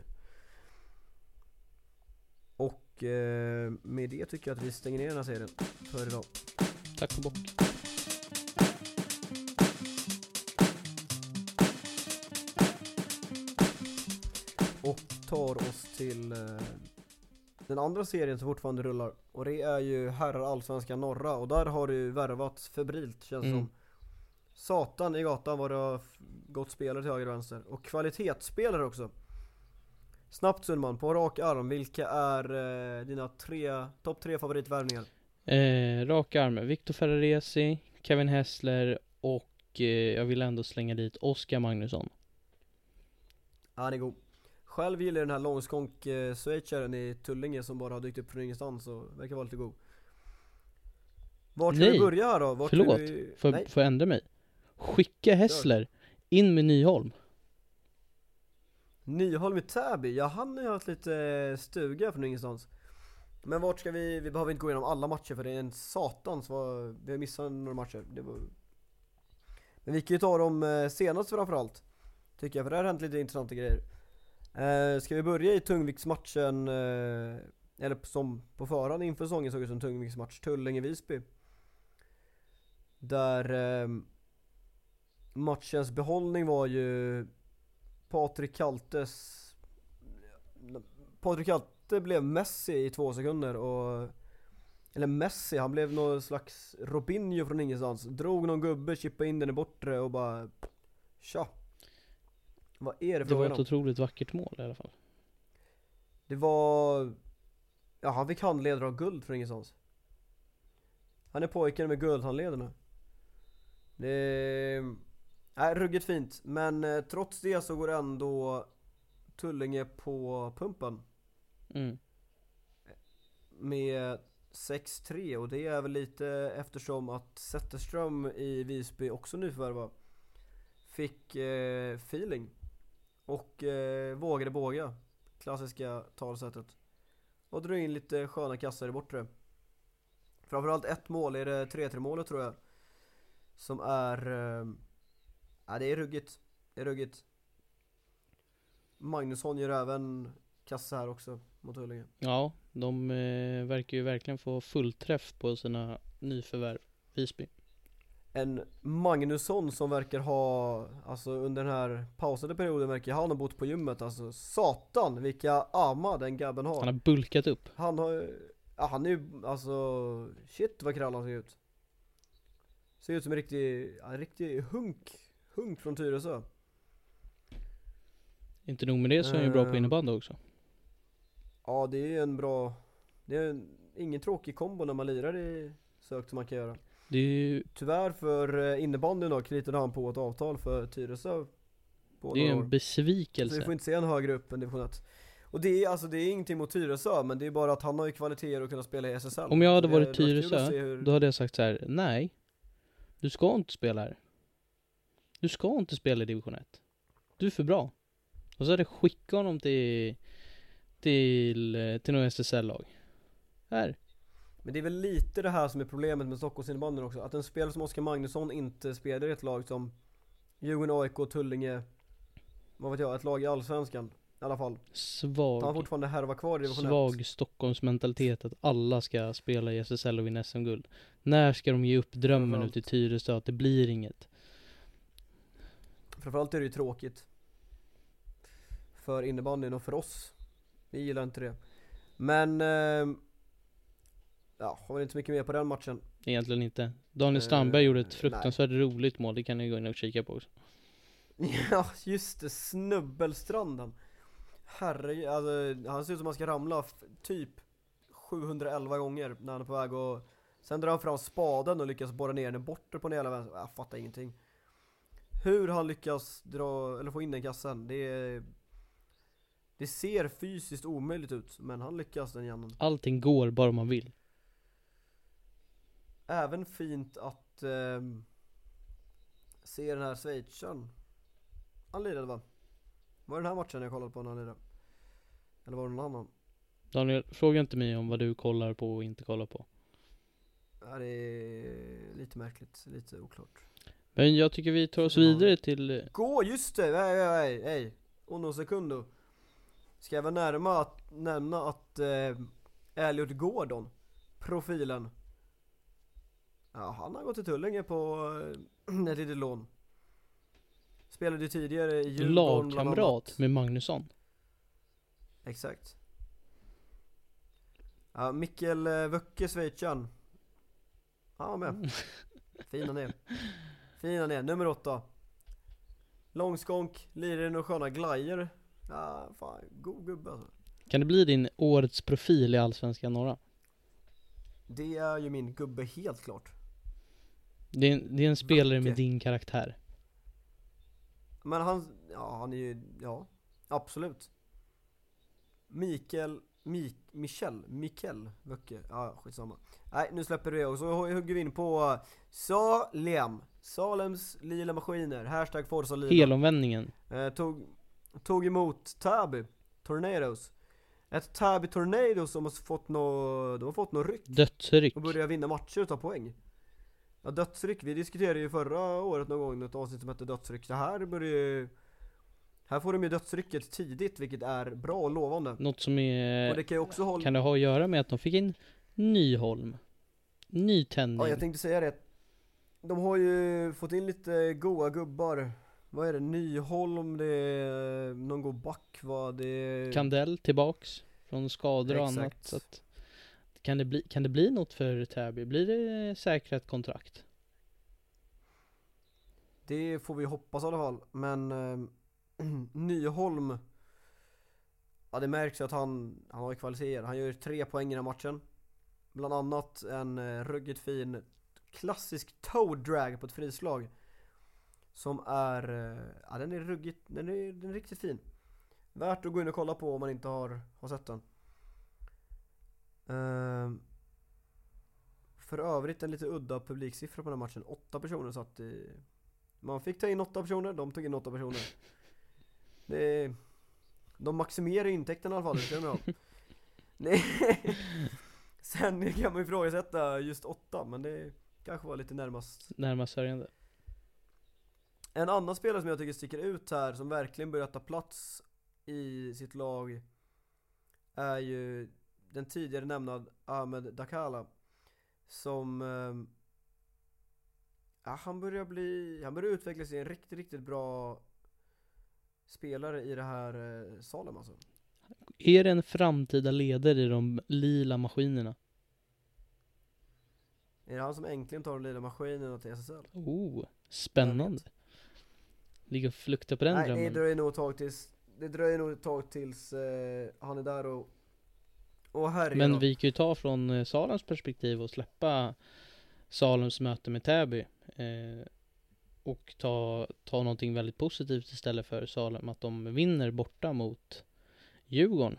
Och eh, med det tycker jag att vi stänger ner den här serien för idag. Tack och bock. Och tar oss till eh, den andra serien som fortfarande rullar. Och det är ju herrar allsvenska norra. Och där har det ju värvats febrilt, känns Mm. som. Satan i gatan vad det har f- gått spelare till höger och vänster. Och kvalitetsspelare också. Snabbt Sundman, på rak arm, vilka är eh, dina tre, topp tre favoritvärvningar? Eh, rak arm, Victor Ferraresi, Kevin Hessler och eh, jag vill ändå slänga dit Oskar Magnusson. Han är god. Själv gillar jag den här långskånk eh, schweizaren i Tullinge som bara har dykt upp från ingenstans och verkar vara lite god. Vart ska Nej, vi börja här då? Vart ska Förlåt, vi... får Nej, får jag ändra mig? Skicka Hessler in med Nyholm. Nyholm i Täby, ja han har ju haft lite stuga från ingenstans. Men vart ska vi, vi behöver inte gå igenom alla matcher för det är en satans vad, vi har missat några matcher. Det var... Men vi kan ju ta dem eh, senast framförallt, tycker jag, för det har hänt lite intressanta grejer. Eh, ska vi börja i tungviktsmatchen, eh, eller som på förhand inför säsongen såg ut som tungviktsmatch, Tullinge-Visby. Där eh, matchens behållning var ju Patrik Kaltes Patrik Kalte blev Messi i två sekunder och eller Messi, han blev någon slags Robinho från ingenstans. Drog någon gubbe, chippade in den i bortre och bara tja. Vad är det för Det var frågan ett om? otroligt vackert mål i alla fall. Det var... Ja, han fick handleder av guld från ingenstans. Han är pojken med guldhandlederna. Det är... Nej, ruggigt fint. Men eh, trots det så går ändå Tullinge på pumpen. Mm. Med sex tre, och det är väl lite eftersom att Zetterström i Visby också nyförvärva fick eh, feeling och eh, vågade båga, klassiska talsättet, och drog in lite sköna kassar i bortre. Framförallt ett mål, är det tre tre målet tror jag, som är eh, ja, det är ruggigt. Det är ruggigt. Magnusson gör även kassa här också mot Hullinge. Ja, de eh, verkar ju verkligen få full träff på sina nyförvärv, Visby. En Magnusson som verkar ha, alltså under den här pausade perioden verkar han ha bott på gymmet. Alltså satan vilka armar den gabben har. Han har bulkat upp. Han har, ja, han är ju, alltså shit vad krallan ser ut. Ser ut som en riktig, en riktig hunk, hunk från Tyresö. Inte nog med det så är han ju bra på innebandy också. Ja, det är en bra, det är en, ingen tråkig kombo när man lirar i sök som man kan göra. Det är ju, Tyvärr för innebandyn då knyter han på ett avtal för Tyresö på det är några en år. besvikelse. Så vi får inte se en högre upp än division ett. Och det är, alltså, det är ingenting mot Tyresö, men det är bara att han har ju kvaliteter att kunna spela i S S L. Om jag hade Så det- varit det var kul att Tyresö, se hur- då hade jag sagt så här: nej, du ska inte spela här. Du ska inte spela i division ett. Du är för bra. Och så hade jag skickat honom till till, eh, till någon S S L-lag. Här. Men det är väl lite det här som är problemet med Stockholmsinnebandyn också. Att en spelare som Oskar Magnusson inte spelar i ett lag som Djurgården, A I K, Tullinge, vad vet jag, ett lag i Allsvenskan i alla fall. Han har Svag. fortfarande härva kvar i division ett. Svag Stockholms mentalitet att alla ska spela i S S L och vinna S M-guld. När ska de ge upp drömmen Framförallt. ut i Tyresö att det blir inget? Framförallt är det ju tråkigt för innebandyn och för oss. Vi gillar inte det. Men eh, ja, har väl inte så mycket mer på den matchen. Egentligen inte. Daniel Eh, Strandberg gjorde ett nej. fruktansvärt roligt mål. Det kan ni gå in och kika på också. Ja, just det, snubbelstranden. Herregud, alltså, han ser ut som han ska ramla f- typ sjuhundraelva gånger när han är på väg, och sen drar han fram spaden och lyckas borra ner den borta på den hela vänster. Jag fattar ingenting. Hur han lyckas dra, eller få in den kassen, det är, det ser fysiskt omöjligt ut, men han lyckas den igen. Allting går bara man vill. Även fint att eh, se den här schweizaren. Han lirade va? Var det den här matchen jag kollade på när han lirade? Eller var det någon annan? Daniel, fråga inte mig om vad du kollar på och inte kollar på. Ja, det är lite märkligt, lite oklart. Men jag tycker vi tar oss Ja. vidare till... Gå, just det! Nej, nej, nej, nej. Uno sekundo. Ska jag vara närma att nämna att eh, Elliot Gordon, profilen. Ja, han har gått till Tullinge på eh, ett litet lån. Spelade ju tidigare i Djurgården bland lagkamrat annat. med Magnusson. Exakt. Ja, Mikkel eh, Vöcke, schweizaren. Han var med. Fin han är. Fin han är. Nummer åtta. Långskånk, lirar och sköna glajer. Ja, fan, god gubbe alltså. Kan det bli din årets profil i Allsvenskan norra? Det är ju min gubbe helt klart. Det är en, det är en spelare med Vöcke. din karaktär. Men han, ja han är ju, ja, absolut. Mikael, Mik, Michel, Mikael Vöcke, ja skitsamma. Nej, nu släpper du det och så hugger vi in på Salem. Salems lila maskiner, hashtag Forza Lila. Helomvändningen. Eh, tog, tog emot Täby Tornadoes. Ett Täby Tornadoes som har fått nå, de har fått något ryck Dödsryck. och börjar vinna matcher och ta poäng. Ja, dödsryck, vi diskuterade ju förra året någon gång ett avsnitt som hette dödsryck. Det här börjar ju, här får de ju dödsrycket tidigt, vilket är bra och lovande. Något som är... Och det kan ju också hålla. Kan det ha att göra med att de fick in Nyholm? Nytändning. Ja, jag tänkte säga det. De har ju fått in lite goa gubbar. Vad är det? Nyholm, det är någon god back, vad det är... Kandell tillbaks från skador och Exakt. annat. Så att, kan, det bli, kan det bli något för Täby? Blir det säkrat kontrakt? Det får vi hoppas i alla fall. Men eh, Nyholm, ja det märks att han, han har kvaliteter. Han gör tre poäng i den här matchen. Bland annat en eh, ruggigt fin klassisk toe drag på ett frislag. Som är, eh, ja den är ruggigt, den är, den är riktigt fin. Värt att gå in och kolla på om man inte har, har sett den. Eh, för övrigt en lite udda publiksiffra på den här matchen. Åtta personer satt i... Man fick ta in åtta personer, de tog in åtta personer. Det är... De maximerar intäkten i alla fall, det känner jag. Nej. Sen kan man ju ifrågasätta just åtta, men det kanske var lite närmast. Närmast sörjande. En annan spelare som jag tycker sticker ut här, som verkligen börjar ta plats i sitt lag, är ju den tidigare nämnda Ahmed Dakala. Som eh, ja, han börjar bli, han börjar utvecklas till en riktigt, riktigt bra spelare i det här eh, Salem alltså. Är det en framtida ledare i de lila maskinerna? Är det han som äntligen tar de lila maskinerna till S S L? Oh, spännande. Ligger och fluktar på den Nej, drömmen. det dröjer nog ett tag tills Det dröjer nog ett tag tills eh, han är där och och härjar. Men då. vi kan ju ta från eh, Salems perspektiv och släppa Salems möte med Täby eh, och ta, ta någonting väldigt positivt istället för Salem, att de vinner borta mot Djurgården.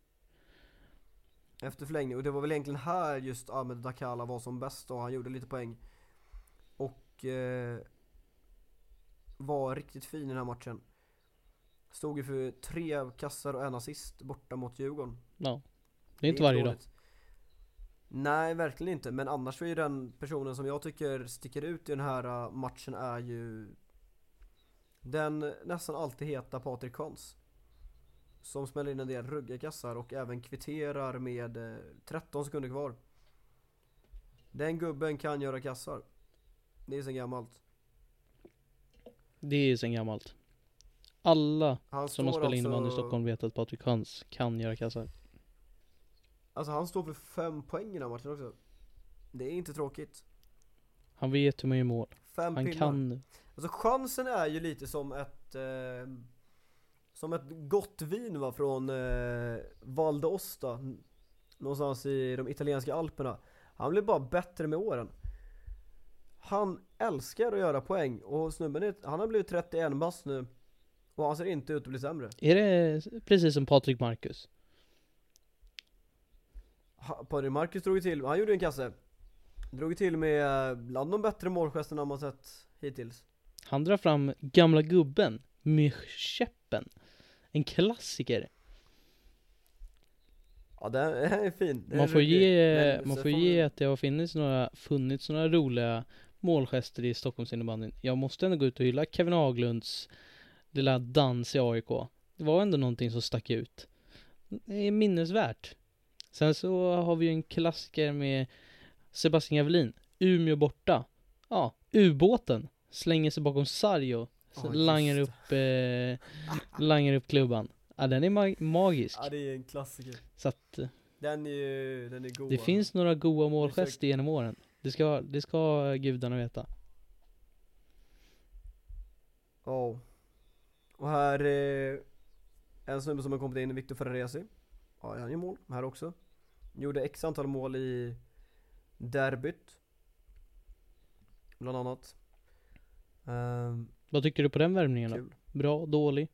Efter förlängning, och det var väl egentligen här just Ahmed Dakala var som bäst, och han gjorde lite poäng och eh, var riktigt fin i den här matchen. Stod ju för tre kassar och en assist borta mot Djurgården. Ja, det är inte varje dag. dåligt. Nej, verkligen inte. Men annars är ju den personen som jag tycker sticker ut i den här matchen är ju den nästan alltid heta Patrik Kans, som smäller in en del ruggiga kassar och även kvitterar med eh, tretton sekunder kvar. Den gubben kan göra kassar. Det är så gammalt. Det är sen gammalt. Alla Han som har står spelat innebandy i alltså- Stockholm vet att Patrik Hans kan göra kassar. Alltså han står för fem poäng i den här matchen också. Det är inte tråkigt. Han vet hur man gör mål. Fem Han pinnar. kan. Alltså chansen är ju lite som ett eh, som ett gott vin va, från eh, Val d'Aosta, någonstans i de italienska alperna. Han blir bara bättre med åren. Han älskar att göra poäng, och snubben är, han har blivit trettioen bast nu och han ser inte ut att bli sämre. Är det precis som Patrik Marcus? Ha- Patrik Marcus drog ju till, han gjorde en kasse. Drog ju till med bland de bättre målgesterna man sett hittills. Han drar fram gamla gubben med käppen. En klassiker. Ja, det är fin. Det är Man får ruggigt. ge, Men man så får får ge vi- att det har funnits några, funnits några roliga målgester i Stockholms innebandyn. Jag måste ändå gå ut och hylla Kevin Haglunds lilla dans i A I K. Det var ändå någonting som stack ut. Det är minnesvärt. Sen så har vi ju en klassiker med Sebastian Gavelin. Umeå borta. Ja, ubåten slänger sig bakom sarg och Ja, just langar det. upp eh, langar upp klubban. Ja, den är mag- magisk. Ja, det är en klassiker. Så att eh, Den är ju, den är god. det finns några goda säkert- målgester genom åren. Det ska, det ska gudarna veta. Ja. Och här är en snubbe som har kommit in, Victor Ferraresi. Ja, han gör mål här också. Gjorde x antal mål i derbyt, bland annat. Ehm, Vad tycker du på den värvningen då? kul. Bra, dålig?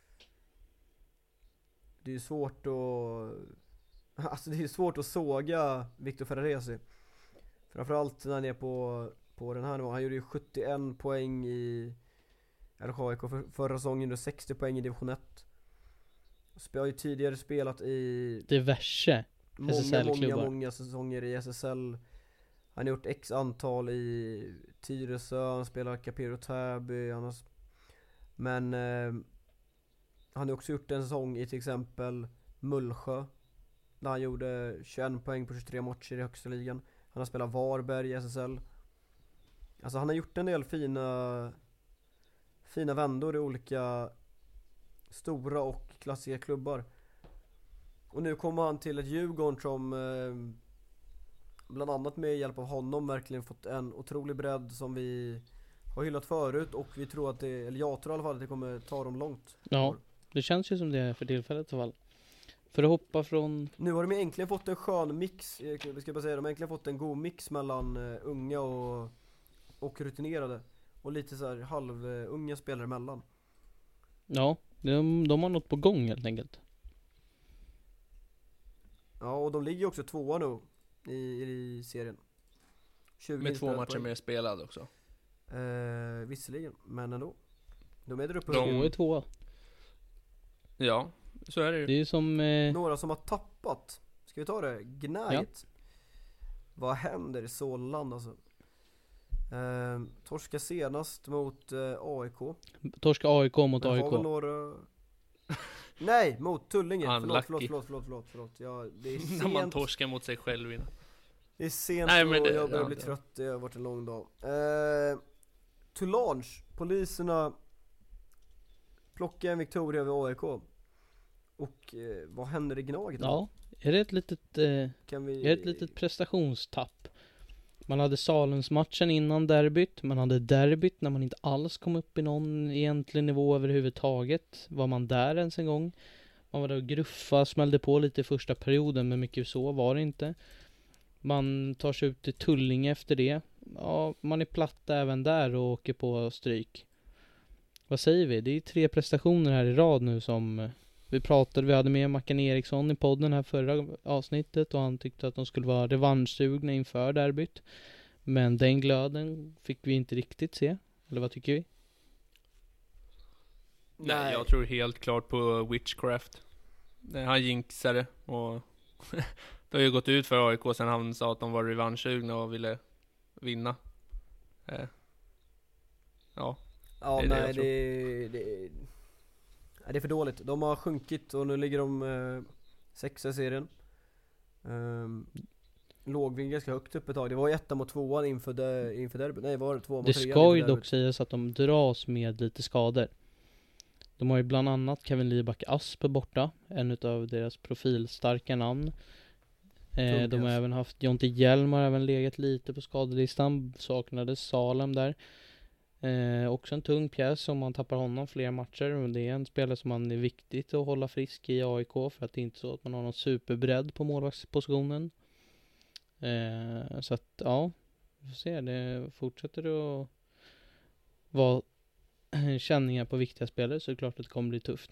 Det är ju svårt att Alltså det är ju svårt att såga Victor Ferraresi. Framförallt när han är på, på den här nivån. Han gjorde ju sjuttioen poäng i L H I K för, förra säsongen, gjorde sextio poäng i division ett. Jag har ju tidigare spelat i Diverse många, S S L-klubbar. många, många säsonger i S S L. Han har gjort x antal i Tyresö, han spelar Capiro Täby, han har s- men eh, han har också gjort en säsong i till exempel Mullsjö, där han gjorde tjugoen poäng på tjugotre matcher i högsta ligan. Han har spelat Varberg i S S L. Alltså han har gjort en del fina fina vändor i olika stora och klassiska klubbar. Och nu kommer han till ett Djurgården som eh, bland annat med hjälp av honom verkligen fått en otrolig bredd som vi har hyllat förut, och vi tror att det, eller jag tror i alla fall att det kommer ta dem långt. Ja, det känns ju som det för tillfället i alla fall. För att hoppa från... Nu har de äntligen fått en skön mix, eh, vi ska bara säga, de har äntligen fått en god mix mellan eh, unga och, och rutinerade. Och lite så här halvunga spelare emellan. Ja, de, de har något på gång helt enkelt. Ja, och de ligger ju också tvåa nu i, i serien. tjugo Med två inspelade matcher poäng. mer spelade också. Eh, visserligen, men ändå. De är där uppe. De- Två är två. Ja, så är det ju. Det är ju som... Eh, Några som har tappat. Ska vi ta det? Gnaget. Vad händer i Solland alltså? Eh, torska senast mot eh, A I K. torska A I K mot Men A I har väl K. några... Nej, mot Tullinge. Förlåt, Unlucky. förlåt, förlåt, förlåt, förlåt, förlåt. Ja, det är När man sent. torskar mot sig själv innan. Det är sent Nej, men det- och jag börjar ja, bli det- trött. Det har varit en lång dag. Eh, Toulange. Poliserna plockar en Victoria över A I K. Och eh, vad händer i Gnaget då? Ja, är det ett litet... Eh, Kan vi... är det ett litet prestationstapp? Man hade Salens-matchen innan derbyt. Man hade derbyt när man inte alls kom upp i någon egentlig nivå överhuvudtaget. Var man där ens en gång? Man var där och gruffa, smällde på lite i första perioden, men mycket så var det inte. Man tar sig ut till Tullinge efter det. Ja, man är platt även där och åker på stryk. Vad säger vi? Det är tre prestationer här i rad nu som eh, vi pratade. Vi hade med Mackan Eriksson i podden här förra avsnittet och han tyckte att de skulle vara revanschsugna inför derbyt. Men den glöden fick vi inte riktigt se. Eller vad tycker vi? Nej, Nej. jag tror helt klart på witchcraft. Nej, han jinxade och det har ju gått ut för A I K sen han sa att de var revanschsugna och ville vinna. Eh. Ja, Ja, det är det nej, jag tror. det, det, nej, det är för dåligt. De har sjunkit och nu ligger de eh, sexa i serien. Um, låg vi ganska högt upp ett tag. Det var ju etta mot tvåan inför, de, inför derbyt. Nej, var det två mot Det trean ska ju inför dock derbyt. sägas att de dras med lite skador. De har ju bland annat Kevin Liback Asp borta. En utav deras profilstarka namn. Eh, Tung de har pjäs. även haft Jonte Hjelm har även legat lite på skadelistan. Saknades Salem där. Eh, också en tung pjäs om man tappar honom fler matcher. Men det är en spelare som man är viktigt att hålla frisk i A I K. För att det är inte så att man har någon superbredd på målvaktspositionen. Eh, så att ja, vi får se. Det fortsätter att vara känningar på viktiga spelare så är det klart att det kommer bli tufft.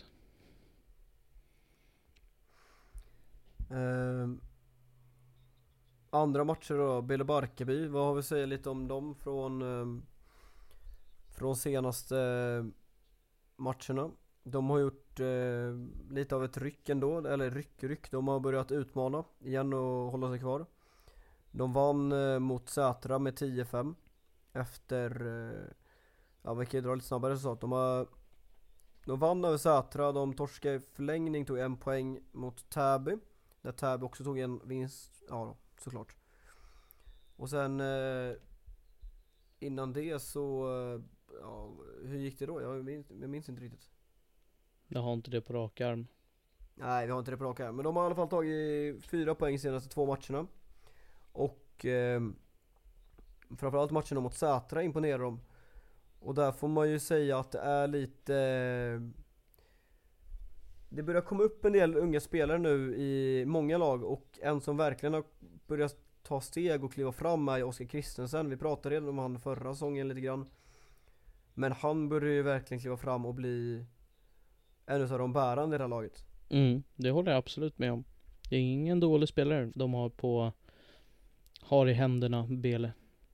Ehm, andra matcher då, Bille Barkarby, vad har vi att säga lite om dem från ehm, från senaste matcherna? De har gjort eh, lite av ett ryck ändå, eller ryck, ryck. De har börjat utmana igen och hålla sig kvar. De vann eh, mot Sätra med tio fem efter, eh, ja vi kan ju dra lite snabbare resultat. De har De vann över Sätra, de torskade i förlängning, tog en poäng mot Täby. Där Täby också tog en vinst, ja då, såklart. Och sen eh, innan det så, eh, ja, hur gick det då? Jag minns, jag minns inte riktigt. Jag har inte det på rak arm. Nej, vi har inte det på rak arm. Men de har i alla fall tagit fyra poäng senaste två matcherna. Och eh, framförallt matcherna mot Sätra imponerar de. Och där får man ju säga att det är lite eh, det börjar komma upp en del unga spelare nu i många lag. Och en som verkligen har börjat ta steg och kliva fram är Oskar Christensen. Vi pratade redan om han förra säsongen lite grann. Men han börjar ju verkligen kliva fram och bli en av de bärande i det här laget. Mm, det håller jag absolut med om. Det är ingen dålig spelare de har på har i händerna Bele.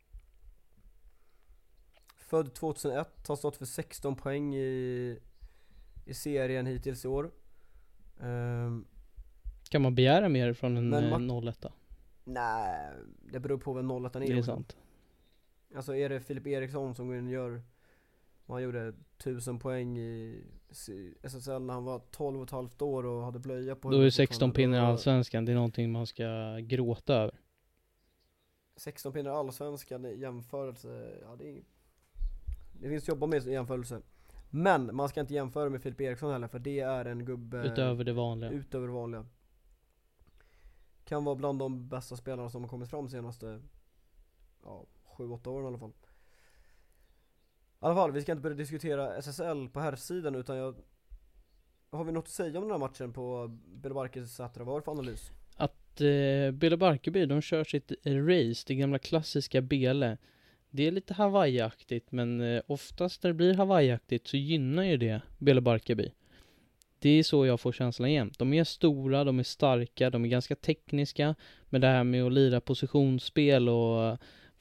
Född tjugohundraett, har stått för sexton poäng i, i serien hittills i år. Um, Kan man begära mer från en Men eh, Mac- noll ett? nej, det beror på vem noll ett är. Det är också. sant. Alltså är det Filip Eriksson som går in och gör, och han gjorde tusen poäng i S S L när han var tolv och ett halvt år och hade blöja på Då är huvudet sexton fortfarande. pinnar i Då- Allsvenskan. Det är någonting man ska gråta över. sexton pinnar i Allsvenskan i jämförelse, ja det är inget. Det finns jobba med i jämförelse. Men man ska inte jämföra med Filip Eriksson heller, för det är en gubbe Utöver det vanliga. utöver det vanliga. Kan vara bland de bästa spelarna som har kommit fram senaste ja, sju åtta åren i alla fall. I alla fall, vi ska inte börja diskutera S S L på här sidan utan jag har vi något att säga om den här matchen på Bille Barkarby Sätra? Vad var det för analys? Att eh, Bille Barkarby, de kör sitt race, det gamla klassiska Bele. Det är lite Hawaii-aktigt, men eh, oftast när det blir Hawaii-aktigt så gynnar ju det Bille Barkarby. Det är så jag får känslan jämt. De är stora, de är starka, de är ganska tekniska. Men det här med att lira positionsspel och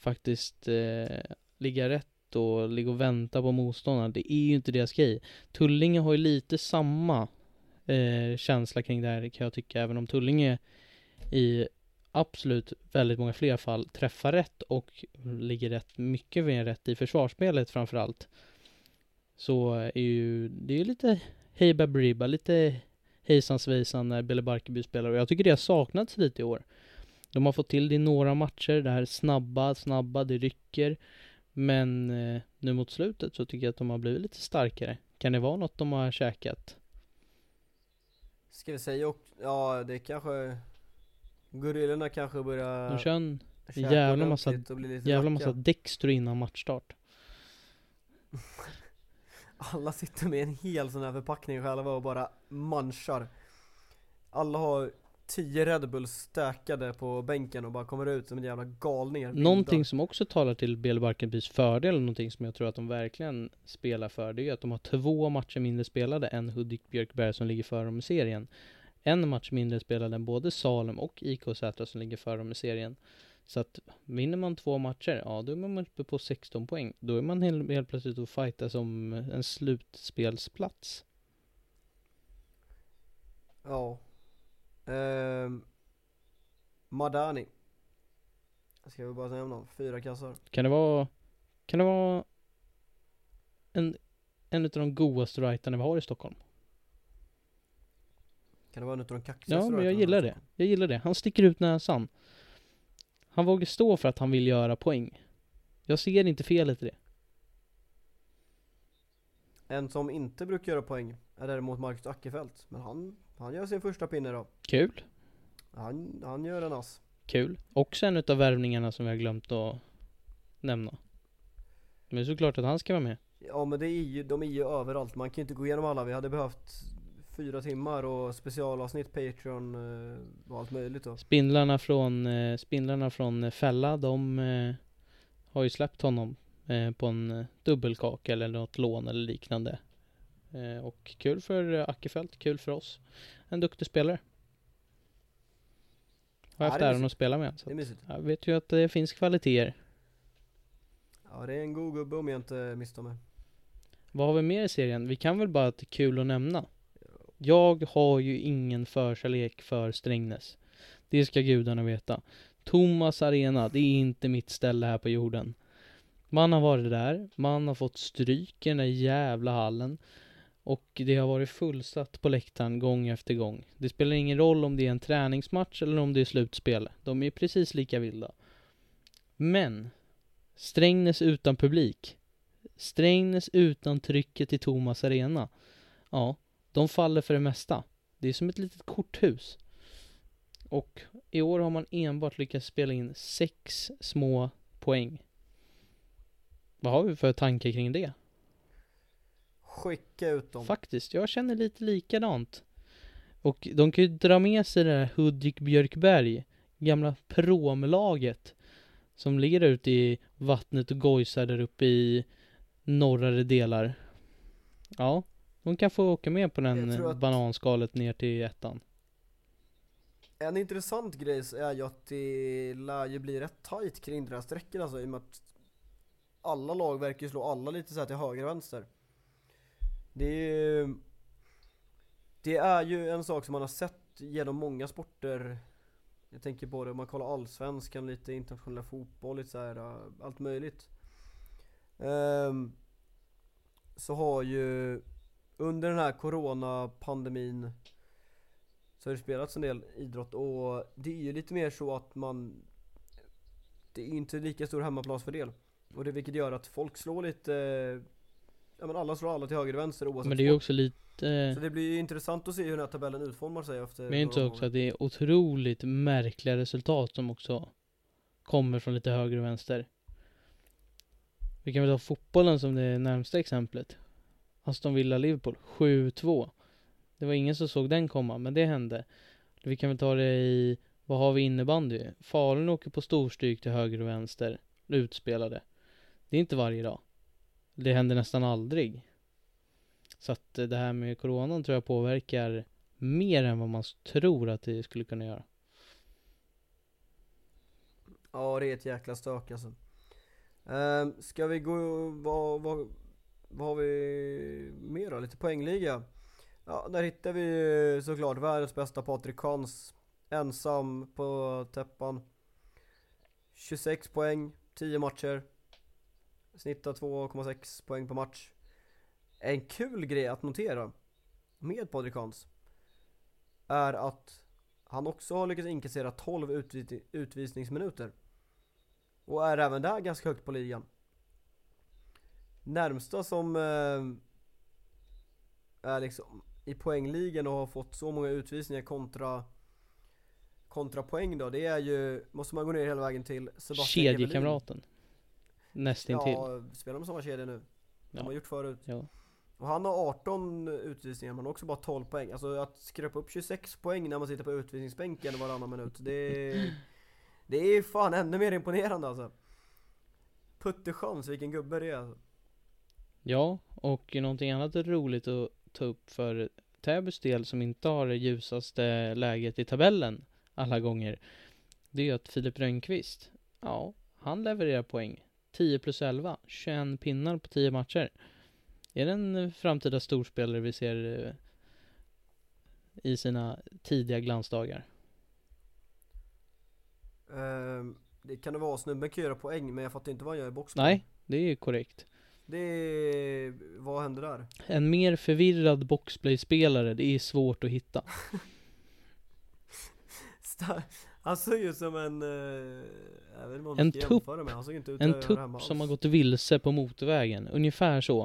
faktiskt eh, ligga rätt och ligga och vänta på motståndarna. Det är ju inte deras grej. Tullinge har ju lite samma eh, känsla kring det här, kan jag tycka, även om Tullinge i absolut väldigt många fler fall träffar rätt och ligger rätt mycket mer rätt i försvarsspelet framförallt. Så är ju det är ju lite hej baberiba, lite hejsan svejsan när Belle Barkarby spelar, och jag tycker det har saknats lite i år. De har fått till det i några matcher, det här snabba, snabba, det rycker, men eh, nu mot slutet så tycker jag att de har blivit lite starkare. Kan det vara något de har käkat? Ska vi säga och ja, det kanske gorillorna kanske börjar De kör en käka jävla massa, ordentligt och bli lite jävla lacka. massa Dextro innan matchstart. Alla sitter med en hel sån här förpackning själva och bara manchar. Alla har tio Red Bull stäkade på bänken och bara kommer ut som en jävla galningar. Någonting som också talar till Belle Barkarbys fördel, någonting som jag tror att de verkligen spelar för, det är att de har två matcher mindre spelade än Hudik Björkberg som ligger före dem i serien. En match mindre spelade än både Salem och I K Sätra som ligger före dem i serien. Så att vinner man två matcher, ja då är man uppe på sexton poäng. Då är man helt, helt plötsligt att fighta som en slutspelsplats. Ja. Ehm Madani. Ska vi bara nämna honom? Fyra kassar. Kan det vara kan det vara en, en av de godaste rightarna vi har i Stockholm? Kan det vara en av de kaxigaste? Ja, men jag rightarna gillar i det. Stockholm? Jag gillar det. Han sticker ut näsan. Han vågar stå för att han vill göra poäng. Jag ser inte felet i det. En som inte brukar göra poäng är däremot Marcus Ackerfeldt. Men han, han gör sin första pinne då. Kul. Han, han gör en ass. Kul. Också en utav värvningarna som vi har glömt att nämna. Men såklart att han ska vara med. Ja, men det är ju, de är ju överallt. Man kan ju inte gå igenom alla. Vi hade behövt fyra timmar och specialavsnitt, Patreon eh, och allt möjligt då. Spindlarna från, eh, spindlarna från Fälla, de eh, har ju släppt honom eh, på en eh, dubbelkaka eller något lån eller liknande. Eh, och kul för eh, Ackerfeldt, kul för oss. En duktig spelare. Har Ja, haft det är äran att mysigt. spela med. Så Det är mysigt. jag vet ju att det finns kvaliteter. Ja, det är en god gubbe om jag inte misstar mig. Vad har vi mer i serien? Vi kan väl bara att det är kul att nämna. Jag har ju ingen förkärlek för Strängnäs. Det ska gudarna veta. Thomas Arena, det är inte mitt ställe här på jorden. Man har varit där, man har fått stryk i den där jävla hallen. Och det har varit fullsatt på läktaren gång efter gång. Det spelar ingen roll om det är en träningsmatch eller om det är slutspel. De är precis lika vilda. Men Strängnäs utan publik, Strängnäs utan trycket i Thomas Arena, ja, de faller för det mesta. Det är som ett litet korthus. Och i år har man enbart lyckats spela in sex små poäng. Vad har vi för tankar kring det? Skicka ut dem. Faktiskt, jag känner lite likadant. Och de kan ju dra med sig det där Hudik Björkberg, gamla promlaget som ligger där ute i vattnet och gojsar där uppe i norrare delar. Ja, de kan få åka med på Jag den tror att- bananskalet ner till ettan. En intressant grej är ju att det lär ju bli rätt tight kring den här sträckan alltså, i och med att alla lag verkar ju slå alla lite så här till höger och vänster. Det är ju, det är ju en sak som man har sett genom många sporter. Jag tänker på det om man kollar allsvenskan, lite internationella fotboll, lite så här, uh, allt möjligt. Um, så har ju under den här coronapandemin så har det spelats en del idrott, och det är ju lite mer så att man, det är inte lika stor hemmaplansfördel, och det vilket gör att folk slår lite, ja men alla slår alla till höger och vänster oavsett Men det är ju sport. också lite... Så det blir ju intressant att se hur den här tabellen utformar sig efter. Men är inte några också år. att det är otroligt märkliga resultat som också kommer från lite höger och vänster. Vi kan väl ta fotbollen som det närmsta exemplet. Aston Villa Liverpool sju två. Det var ingen som såg den komma, men det hände. Vi kan väl ta det i, vad har vi innebandy? Falun åker på storstryk till höger och vänster, utspelade. Det är inte varje dag. Det händer nästan aldrig. Så att det här med coronan tror jag påverkar mer än vad man tror att det skulle kunna göra. Ja, det är ett jäkla stök alltså. Um, ska vi gå, vad, vad, vad har vi mer då? Lite poängliga. Ja, där hittar vi såklart världens bästa Patrik Hans. Ensam på täppan. tjugosex poäng, tio matcher. Snittar två komma sex poäng per match. En kul grej att notera med Patrik Hans är att han också har lyckats inkassera tolv utvis- utvisningsminuter. Och är även där ganska högt på ligan. Närmsta som eh, är liksom i poängligan och har fått så många utvisningar kontra kontra poäng då, det är ju, måste man gå ner hela vägen till Sebastian Gevelin. Kedjekamraten. Nästintill. Ja, spelar de samma kedja nu? De Ja. har gjort förut. Ja. Och han har arton utvisningar men också bara tolv poäng. Alltså att skräpa upp tjugosex poäng när man sitter på utvisningsbänken varannan minut, det är, det är fan ännu mer imponerande alltså. Puttechans, vilken gubbe det är alltså. Ja, och någonting annat roligt att ta upp för Täbys del som inte har det ljusaste läget i tabellen alla gånger. Det är att Filip Rönnqvist, ja, han levererar poäng. tio plus elva, tjugoen pinnar på tio matcher. Är det en framtida storspelare vi ser eh, i sina tidiga glansdagar? Ehm, det kan det vara, snubben kan göra poäng men jag fattar inte vad han gör i box. Nej, det är korrekt. Det är, vad händer där? En mer förvirrad boxplay-spelare, det är svårt att hitta. Sta- Han såg ju som en eh, jag vet inte vad man En ska tupp. jämföra med. Han såg inte ut En att göra hemma tupp alls. som har gått vilse på motorvägen. Ungefär så.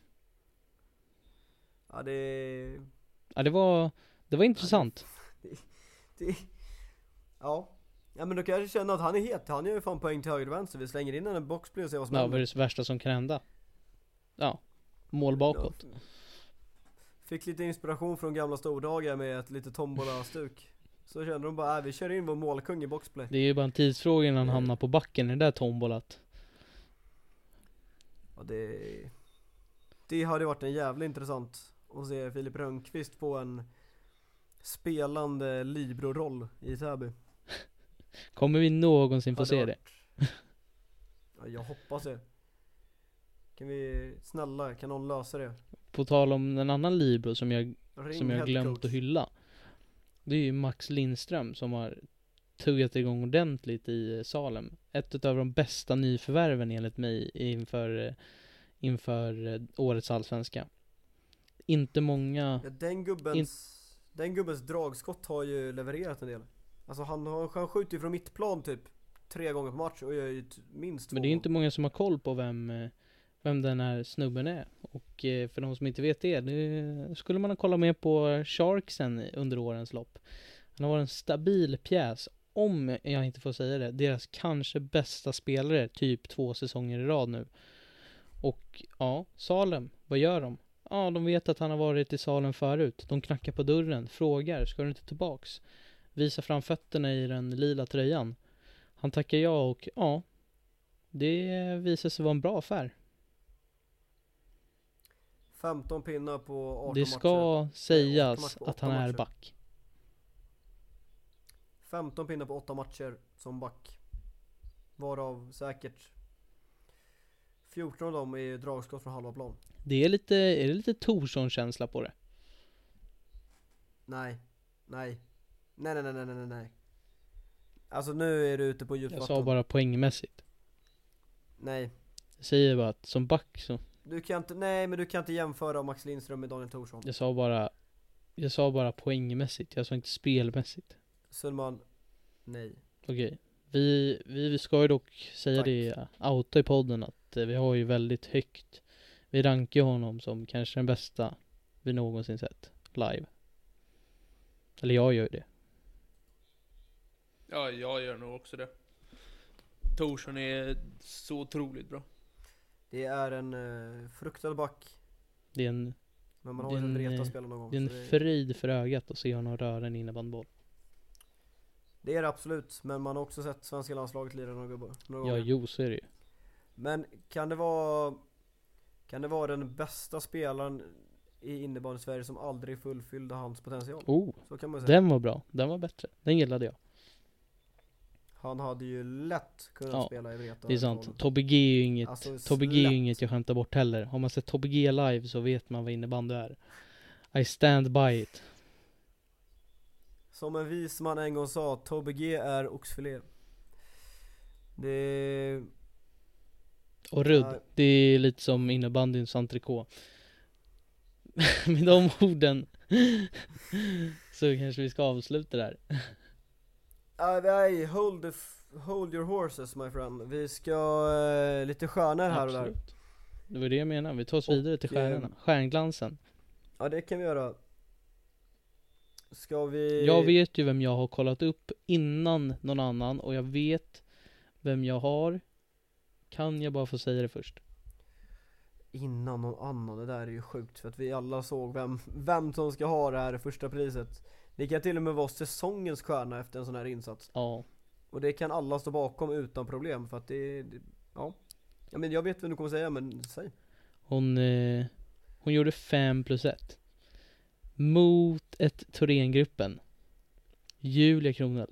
Ja, det, Ja, det var, det var intressant. det ja. Ja men då kan jag känna att han är het. Han gör ju fan poäng till höger och vänster. Vi slänger in en boxplay och ser vad som Ja, händer. vad är det värsta som kan hända? Ja, mål bakåt. Fick lite inspiration från gamla stordagar med ett lite tombola-stuk. Så kände de bara, äh, vi kör in vår målkung i boxplay. Det är ju bara en tidsfråga innan han hamnar på backen i det där tombolat. Ja, det, det hade varit en jävla intressant att se Filip Rönnqvist på en spelande libero-roll i Täby. Kommer vi någonsin få Hade se det? varit- Ja, jag hoppas det. Kan vi, snälla, kan någon lösa det? På tal om en annan libero som jag, Ring som jag head glömt coach. att hylla. Det är ju Max Lindström som har tuggat igång ordentligt i Salem. Ett av de bästa nyförvärven enligt mig inför, inför årets allsvenska. Inte många. Ja, den gubbens Den gubbens dragskott har ju levererat en del. Alltså han, har, han skjuter ju från mittplan typ tre gånger på match och gör ju t- minst två. Men det är inte många som har koll på vem, eh, vem den här snubben är. Och eh, för de som inte vet det, det skulle man ha kollat med på Sharksen under årens lopp. Han har varit en stabil pjäs, om jag inte får säga det, deras kanske bästa spelare typ två säsonger i rad nu. Och ja, Salem, vad gör de? Ja, de vet att han har varit i Salem förut. De knackar på dörren, frågar, ska du inte tillbaks? Visa fram fötterna i den lila tröjan. Han tackar ja och ja, det visar sig vara en bra affär. femton pinnar på arton Det matcher. ska matcher sägas på att åtta han är matcher. back. femton pinnar på åtta matcher som back. Varav säkert fjorton av dem är dragskott från halva plan. Det är lite, är det lite Torsson-känsla på det? Nej. Nej. Nej nej nej nej nej nej. Alltså nu är du ute på djupt Jag vatten. sa bara poängmässigt. Nej. Jag säger bara att som back så. Du kan inte, nej men du kan inte jämföra Max Lindström med Daniel Torsson. Jag sa bara, jag sa bara poängmässigt. Jag sa inte spelmässigt. Sundman, nej. Okej. Vi, vi ska ju dock säga Tack. det i auto i podden att eh, vi har ju väldigt högt. Vi rankar honom som kanske den bästa vi någonsin sett live. Eller jag gör ju det. Ja, jag gör nog också det. Torsson är så otroligt bra. Det är en uh, fruktad back. Det är en, Men man har Det är ju en, sett Vreta eh, spela någon gång. det är en så det, fröjd för ögat att se honom röra en innebandyboll. det är det absolut. Men man har också sett svenska landslaget lira några gubbar. Några Ja, gånger. jo, så är det ju. Men kan det vara Kan det vara den bästa spelaren i innebandy Sverige som aldrig fullfyllde hans potential? Oh, Så kan man säga. den var bra. Den var bättre. Den gillade jag. Han hade ju lätt kunnat Ja, spela i Vreta. Det är sant. Tobbe G är ju inget, Alltså, Tobbe G är ju lätt. inget jag skämtar bort heller. Har man sett Tobbe G live så vet man vad innebandy är. I stand by it. Som en vis man en gång sa, Tobbe G är oxfilé. Det... Och rudd, Nej. det är lite som innebandyns entrecote. Med de orden så kanske vi ska avsluta där. Nej, nej, hold, the f- hold your horses my friend. Vi ska eh, lite stjärnor här och där. Absolut. Det var det jag menar, vi tar oss Och, vidare till stjärnorna. eh, Stjärnglansen. Ja, det kan vi göra. Ska vi... Jag vet ju vem jag har kollat upp innan någon annan. Och jag vet vem jag har. Kan jag bara få säga det först? Innan någon annan, det där är ju sjukt. För att vi alla såg vem, vem som ska ha det här första priset. Det kan till och med vara säsongens stjärna efter en sån här insats. Ja. Och det kan alla stå bakom utan problem. För att det, det ja. Ja, men jag vet vad du kommer säga, men säg. Hon, eh, hon gjorde fem plus ett. Mot ett Thorengruppen. Julia Kroneld.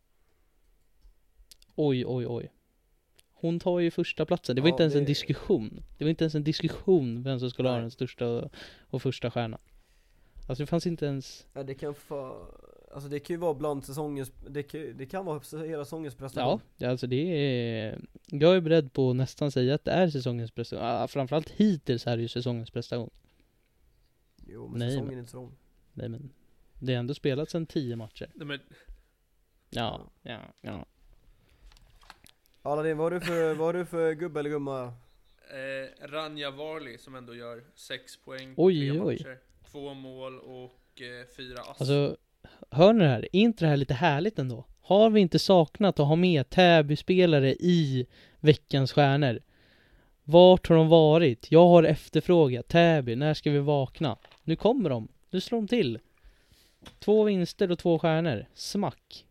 Oj, oj, oj. Hon tar ju första platsen. Det var Ja, inte ens det- en diskussion. Det var inte ens en diskussion vem som skulle ha Nej. den största och, och första stjärnan. Alltså det fanns inte ens... Ja, det kan få, alltså det kan ju vara bland säsongens, det kan, det kan vara hela säsongens prestation. Ja, alltså det är... Jag är beredd på att nästan säga att det är säsongens prestation. Ah, framförallt hittills är det ju säsongens prestation. Jo, men Nej, säsongen men- är inte så lång. Nej men... Det är ändå spelat sedan tio matcher. Nej, men Ja, ja, ja. Aladdin, vad har du för, vad har du för gubbe eller gumma? eh, Ranja Varli som ändå gör sex poäng på Oj, tre oj. matcher. Två mål och eh, fyra ass. Alltså, hör ni det här? Är inte det här lite härligt ändå? Har vi inte saknat att ha med Täby-spelare i veckans stjärnor? Vart har de varit? Jag har efterfrågat Täby, när ska vi vakna? Nu kommer de, nu slår de till. Två vinster och två stjärnor, smack.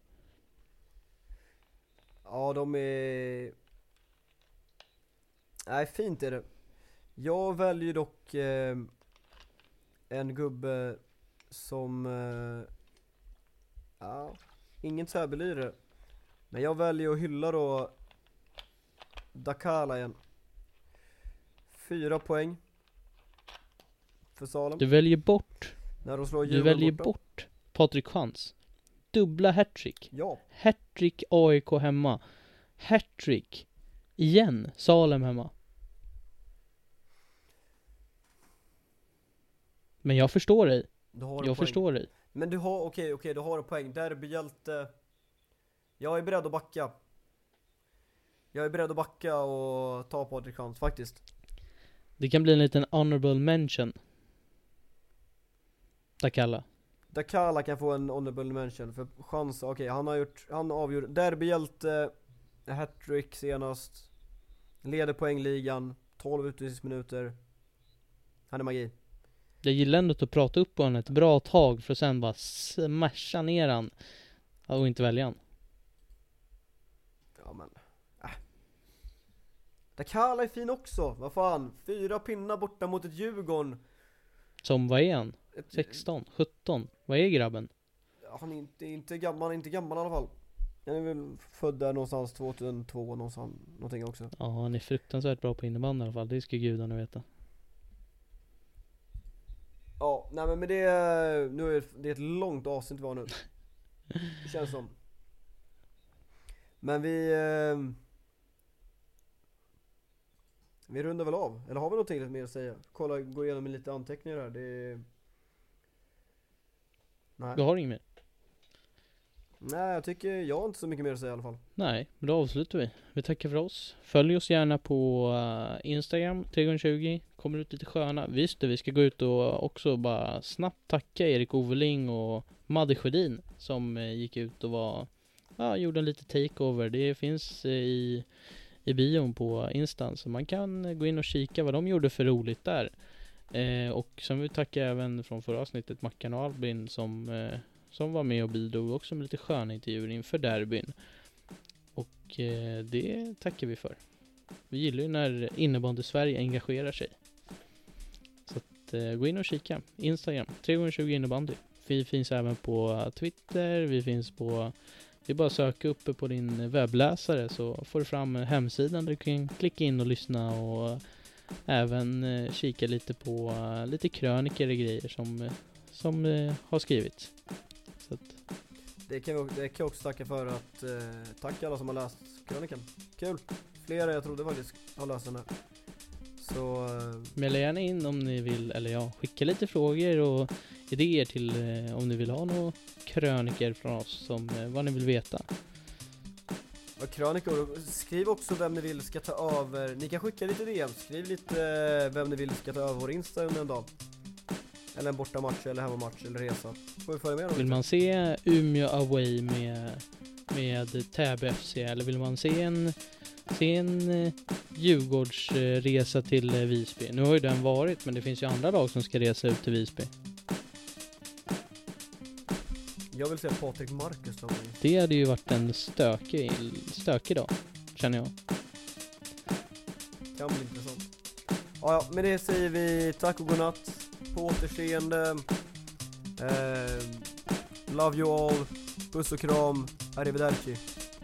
Ja, de är... Nej, fint är det. Jag väljer dock eh, en gubbe som... Eh, ja, ingen Täbylire. Men jag väljer att hylla då Dakala igen. Fyra poäng för Salem. Du väljer bort, När de slår du Djurgården väljer borta. bort Patrik Chans. Dubbla hattrick. Ja, Hattrick A I K hemma. Hattrick igen, Salem hemma. Men jag förstår dig. du har en Jag poäng. förstår dig. Men du har, okej, okej, du har en poäng. Derbyhjälte. Jag är beredd att backa. Jag är beredd att backa och ta Patrik Chans, faktiskt. Det kan bli en liten honorable mention. Dakalla. Dakala kan få en honorable mention för chans, okej, han har gjort, han avgjort derbyhjälte, hattrick senast, leder poängligan, tolv utvisningsminuter. Han är magi. Jag gillar ändå att prata upp på honom ett bra tag för att sen bara smasha ner han och inte välja han. Ja men, äh. Dakala är fin också, vad fan, fyra pinnar borta mot ett Djurgården. Som, vad är han? Ett, sexton, sjutton. Vad är grabben? Han är inte, inte gammal, han är inte gammal i alla fall. Han är väl född där någonstans tvåtusentvå någonstans, någonting också. Ja, han är fruktansvärt bra på innebandy i alla fall. Det ska gudarna veta. Ja, nej men med det, nu är det ett långt avsnitt var nu. Det känns som. Men vi eh, vi rundar väl av. Eller har vi något mer att säga? Kolla, gå igenom lite anteckningar här. Det Nej. Du har inget mer? Nej, jag tycker jag har inte så mycket mer att säga i alla fall. Nej, men då avslutar vi. Vi tackar för oss. Följ oss gärna på uh, Instagram, tre gånger tjugo. Kommer ut lite sköna. Visst det, vi ska gå ut och också bara snabbt tacka Erik Oveling och Madde Sjödin som uh, gick ut och var, ja, gjorde en lite takeover. Det finns uh, i, i bion på Insta, så man kan uh, gå in och kika vad de gjorde för roligt där. Uh, och sen vill vi tacka även från förra avsnittet Mackan och Albin som uh, som var med och bidrog också med lite sköna intervjuer inför derbyn. Och eh, det tackar vi för. Vi gillar ju när innebandy Sverige engagerar sig. Så att, eh, gå in och kika. Instagram, tre gånger tjugo innebandy. Vi finns även på Twitter, vi finns på Det är bara att söka uppe på din webbläsare så får du fram hemsidan där du kan klicka in och lyssna och även eh, kika lite på uh, lite kröniker och grejer som, som uh, har skrivits. Så att, Det kan, vi, det kan jag också tacka för att eh, tack alla som har läst krönikan. Kul. Flera jag trodde faktiskt har läst den här. Så eh, Mejla gärna in om ni vill, eller ja, skicka lite frågor och idéer till eh, om ni vill ha några kröniker från oss som eh, vad ni vill veta. och krönikor, skriv också vem ni vill ska ta över. Ni kan skicka lite D M, skriv lite eh, vem ni vill ska ta över vår Insta under en dag. Eller en bortamatch eller hemmamatch eller resa. Får vi följa med dem? Vill man se Umeå away med, med Täby F C eller vill man se en, se en eh, Djurgårdsresa till eh, Visby? Nu har ju den varit, men det finns ju andra lag som ska resa ut till Visby. Jag vill se Patrik Marcus då. Det hade ju varit en stökig, stökig dag, känner jag. Kan bli intressant. Ja, ja, med det säger vi tack och godnatt. På återseende. Eh, love you all. Puss och kram. Arrivederci.